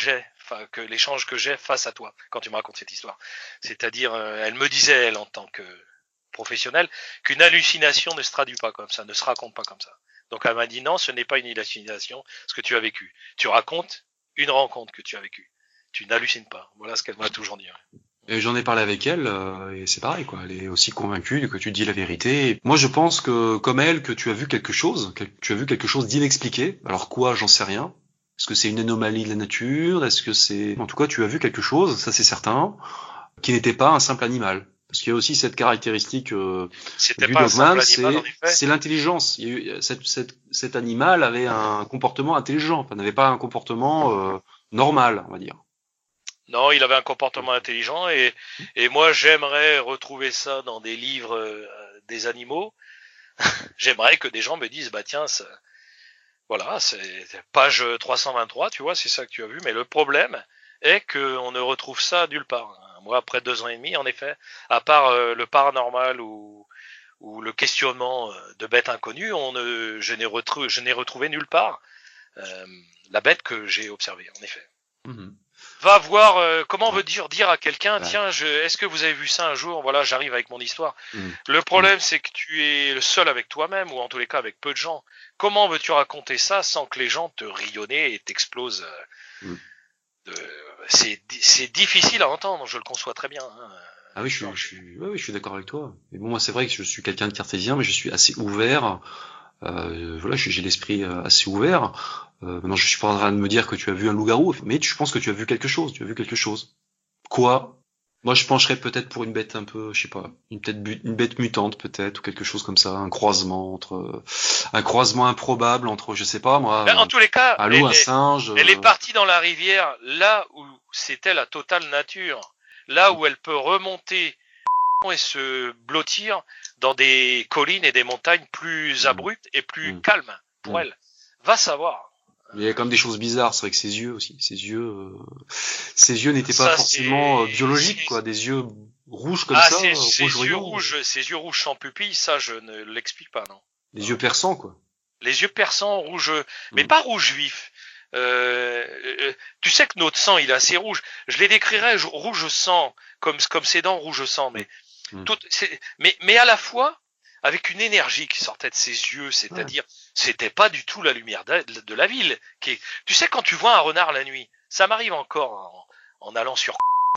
j'ai face à toi quand tu me racontes cette histoire. C'est-à-dire, elle me disait, elle, en tant que professionnelle, qu'une hallucination ne se traduit pas comme ça, ne se raconte pas comme ça. Donc elle m'a dit non, ce n'est pas une hallucination, ce que tu as vécu. Tu racontes une rencontre que tu as vécue. Tu n'hallucines pas. Voilà ce qu'elle m'a toujours dit. Et j'en ai parlé avec elle, et c'est pareil, quoi. Elle est aussi convaincue que tu dis la vérité. Moi, je pense que, comme elle, que tu as vu quelque chose d'inexpliqué. Alors quoi, j'en sais rien. Est-ce que c'est une anomalie de la nature? Est-ce que c'est... En tout cas, tu as vu quelque chose, ça c'est certain, qui n'était pas un simple animal. Parce qu'il y a aussi cette caractéristique du Dogman, c'est l'intelligence. Il y a eu, cet animal avait un comportement intelligent, enfin, n'avait pas un comportement normal, on va dire. Non, il avait un comportement intelligent et moi j'aimerais retrouver ça dans des livres des animaux. J'aimerais que des gens me disent bah tiens, voilà, c'est page 323, tu vois, c'est ça que tu as vu. Mais le problème est qu'on ne retrouve ça nulle part. Moi, après 2 ans et demi, en effet, à part le paranormal ou le questionnement de bêtes inconnues, je n'ai retrouvé nulle part la bête que j'ai observée, en effet. Mm-hmm. Va voir comment veut dire à quelqu'un tiens, est-ce que vous avez vu ça un jour? Voilà, j'arrive avec mon histoire. Le problème, c'est que tu es le seul avec toi-même, ou en tous les cas avec peu de gens. Comment veux-tu raconter ça sans que les gens te rionnent et t'explosent c'est difficile à entendre, je le conçois très bien. Hein. Ah oui, je suis d'accord avec toi. Mais bon, moi, c'est vrai que je suis quelqu'un de cartésien, mais je suis assez ouvert. Voilà, j'ai l'esprit assez ouvert. Maintenant, je suis pas en train de me dire que tu as vu un loup-garou, mais je pense que tu as vu quelque chose. Quoi? Moi, je pencherais peut-être pour une bête un peu, je sais pas, une bête mutante peut-être, ou quelque chose comme ça, un croisement improbable entre, je sais pas moi, en tous les cas, un loup, un singe. Elle est partie dans la rivière là où c'était la totale nature, là où elle peut remonter et se blottir dans des collines et des montagnes plus abruptes et plus calmes pour elle. Va savoir. Il y a comme des choses bizarres, c'est vrai que ses yeux aussi, ses yeux n'étaient pas forcément biologiques, quoi, des yeux rouges comme ça, ses yeux rouges sans pupille, ça je ne l'explique pas, non. Des yeux perçants, quoi. Les yeux perçants, rouges, mais pas rouge vif. Tu sais que notre sang, il est assez rouge. Je les décrirais rouge sang, comme ses dents rouge sang, mais à la fois avec une énergie qui sortait de ses yeux, c'est-à-dire c'était pas du tout la lumière de la ville. Tu sais, quand tu vois un renard la nuit, ça m'arrive encore en allant sur.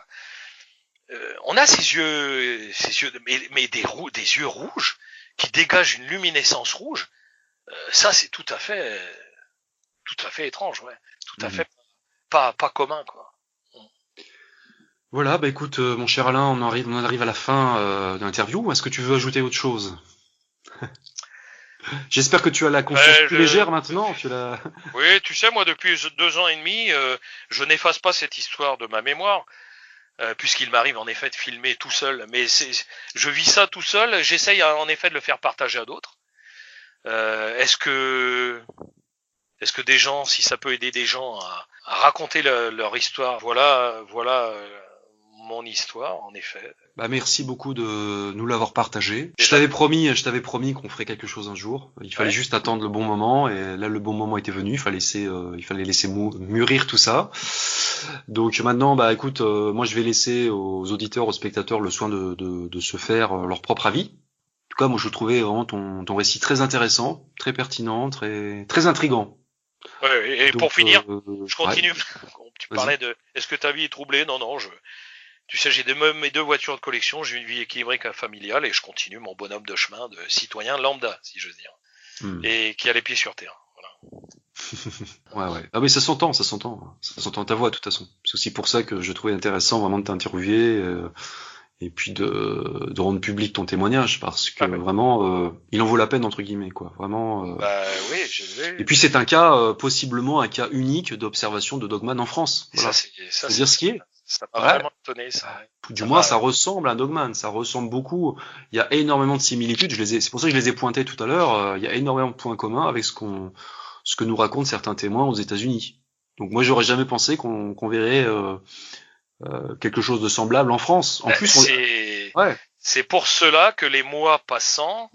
On a ces yeux, mais des yeux rouges qui dégagent une luminescence rouge. Ça, c'est tout à fait étrange, ouais. Tout à fait pas commun, quoi. Voilà, bah écoute, mon cher Alain, on en arrive à la fin de l'interview. Est-ce que tu veux ajouter autre chose? J'espère que tu as la conscience plus légère maintenant. Oui, tu sais, moi, depuis 2 ans et demi, je n'efface pas cette histoire de ma mémoire, puisqu'il m'arrive en effet de filmer tout seul. Mais je vis ça tout seul. J'essaye en effet de le faire partager à d'autres. Est-ce que des gens, si ça peut aider des gens à raconter leur histoire, voilà mon histoire, en effet. Bah merci beaucoup de nous l'avoir partagé. Je Déjà. t'avais promis qu'on ferait quelque chose un jour. Il fallait Ouais. juste attendre le bon moment, et là le bon moment était venu. Il fallait laisser mûrir tout ça. Donc maintenant, bah écoute, moi je vais laisser aux auditeurs, aux spectateurs le soin de se faire leur propre avis. En tout cas, moi je trouvais vraiment ton récit très intéressant, très pertinent, très intrigant. Ouais, et Donc, pour finir, je continue. ouais, Tu vas-y. parlais de est-ce que ta vie est troublée? Non, tu sais, j'ai mes 2 voitures de collection, j'ai une vie équilibrée familiale et je continue mon bonhomme de chemin de citoyen lambda, si j'ose dire, et qui a les pieds sur terre. Voilà. Ouais. Ah mais ça s'entend à ta voix de toute façon. C'est aussi pour ça que je trouvais intéressant vraiment de t'interviewer et puis de rendre public ton témoignage, parce que vraiment il en vaut la peine entre guillemets quoi. Vraiment. Bah oui, je vais. Et puis c'est un cas possiblement un cas unique d'observation de Dogman en France. Voilà. Ça, Faut dire ce qui est. Ça m'a vraiment étonné, ça. Du moins, ça ressemble à un Dogman, ça ressemble beaucoup. Il y a énormément de similitudes. C'est pour ça que je les ai pointés tout à l'heure. Il y a énormément de points communs avec ce que nous racontent certains témoins aux États-Unis. Donc moi, j'aurais jamais pensé qu'on verrait quelque chose de semblable en France. En plus, c'est pour cela que les mois passant,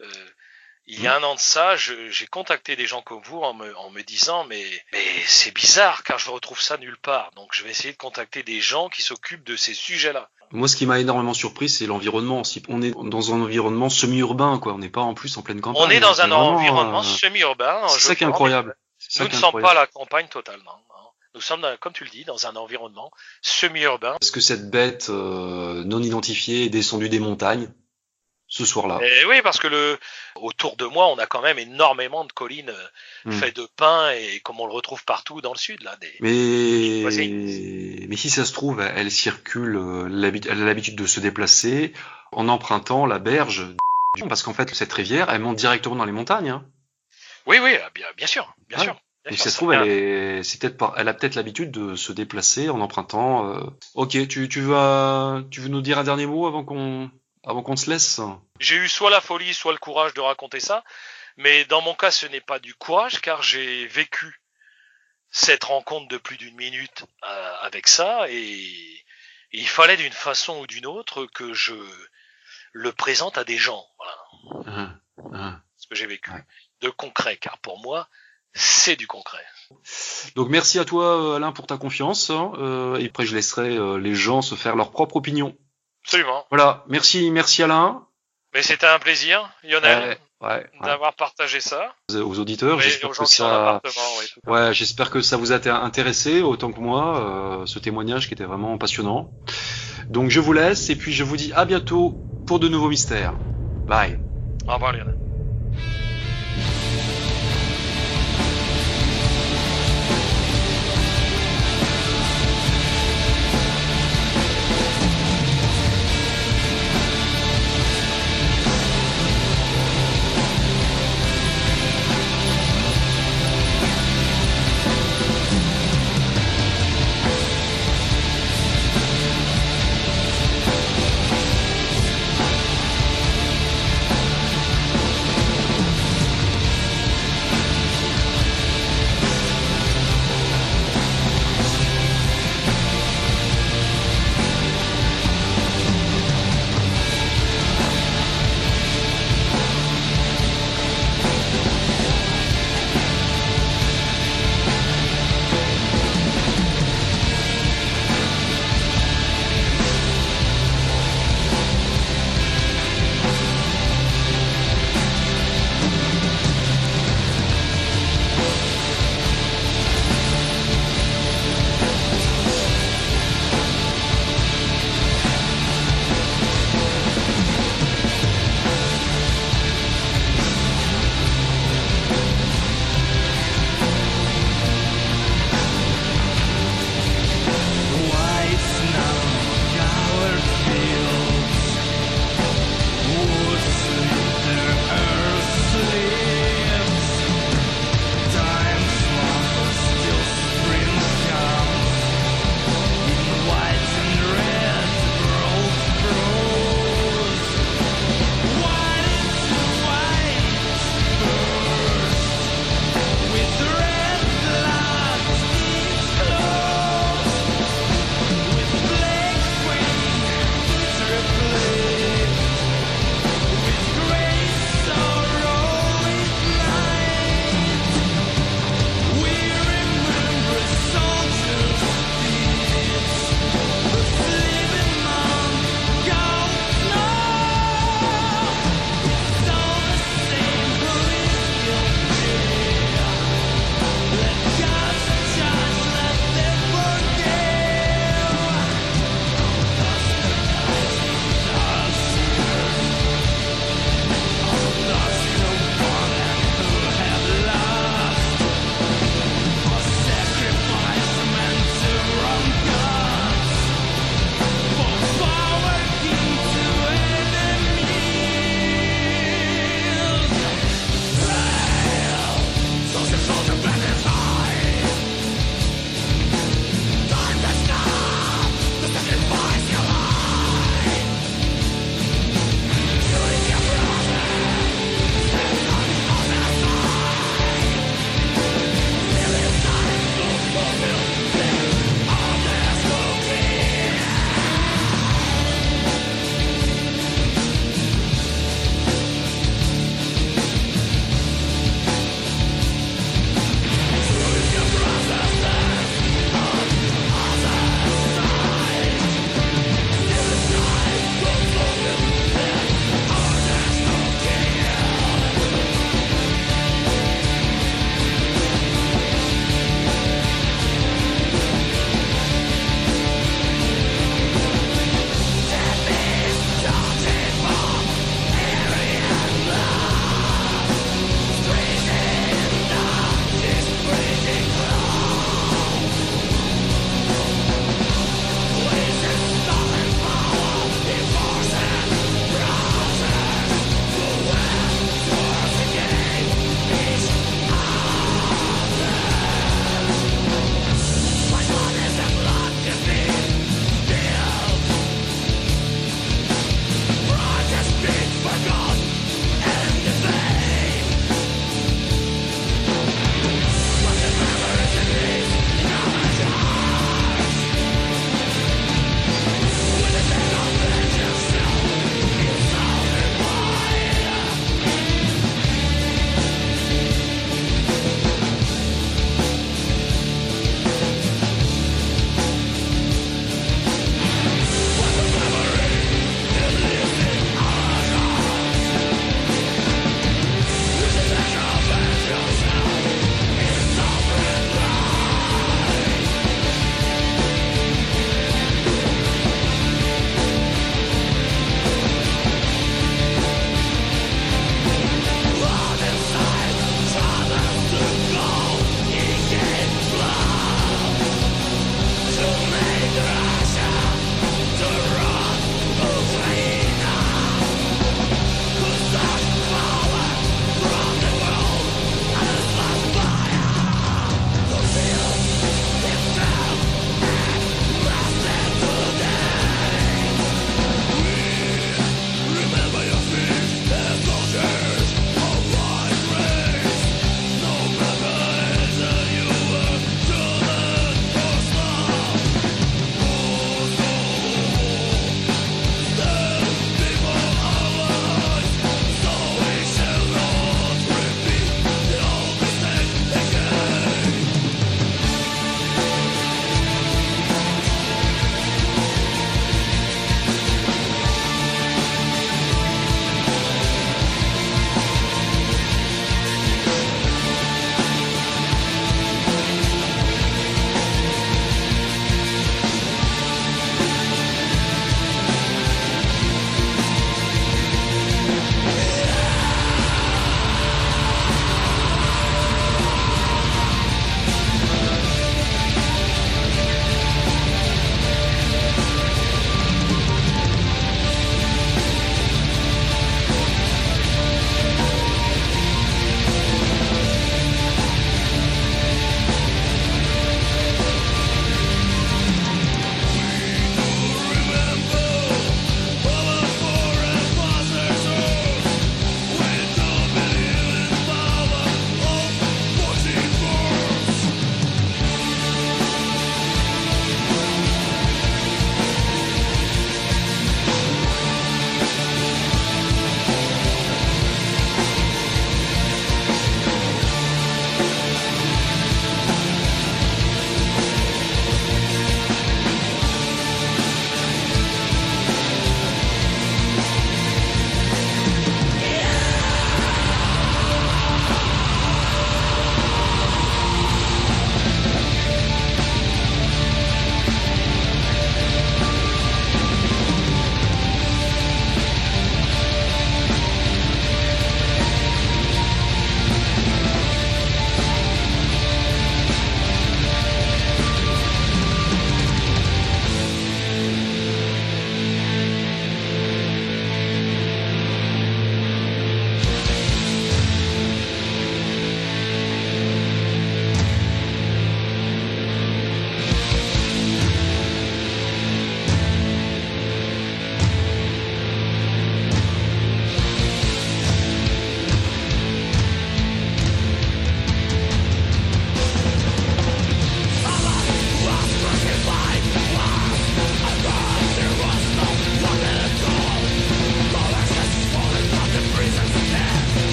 il y a 1 an de ça, j'ai contacté des gens comme vous en me disant mais c'est bizarre car je retrouve ça nulle part. Donc je vais essayer de contacter des gens qui s'occupent de ces sujets-là. Moi, ce qui m'a énormément surpris, c'est l'environnement. Si on est dans un environnement semi-urbain, quoi. On n'est pas en plus en pleine campagne. On est dans un environnement semi-urbain. C'est ça qui est incroyable. Nous ne sommes pas à la campagne totalement. Nous sommes, comme tu le dis, dans un environnement semi-urbain. Est-ce que cette bête non identifiée est descendue des montagnes ce soir-là? Et oui, parce que autour de moi, on a quand même énormément de collines faites de pins et comme on le retrouve partout dans le sud, là. Mais si ça se trouve, elle circule, elle a l'habitude de se déplacer en empruntant la berge, parce qu'en fait, cette rivière, elle monte directement dans les montagnes. Hein. Oui, bien sûr, bien sûr. Et si ça se trouve, elle a peut-être l'habitude de se déplacer en empruntant. Ok, tu veux nous dire un dernier mot avant qu'on se laisse? J'ai eu soit la folie, soit le courage de raconter ça, mais dans mon cas, ce n'est pas du courage, car j'ai vécu cette rencontre de plus d'1 minute avec ça, et il fallait d'une façon ou d'une autre que je le présente à des gens. Voilà. Ce que j'ai vécu de concret, car pour moi, c'est du concret. Donc merci à toi, Alain, pour ta confiance, et après je laisserai les gens se faire leur propre opinion. Absolument. Voilà, merci Alain. Mais c'était un plaisir, Lionel, d'avoir partagé ça. Aux auditeurs, j'espère que ça vous a intéressé autant que moi, ce témoignage qui était vraiment passionnant. Donc je vous laisse et puis je vous dis à bientôt pour de nouveaux mystères. Bye. Au revoir, Lionel.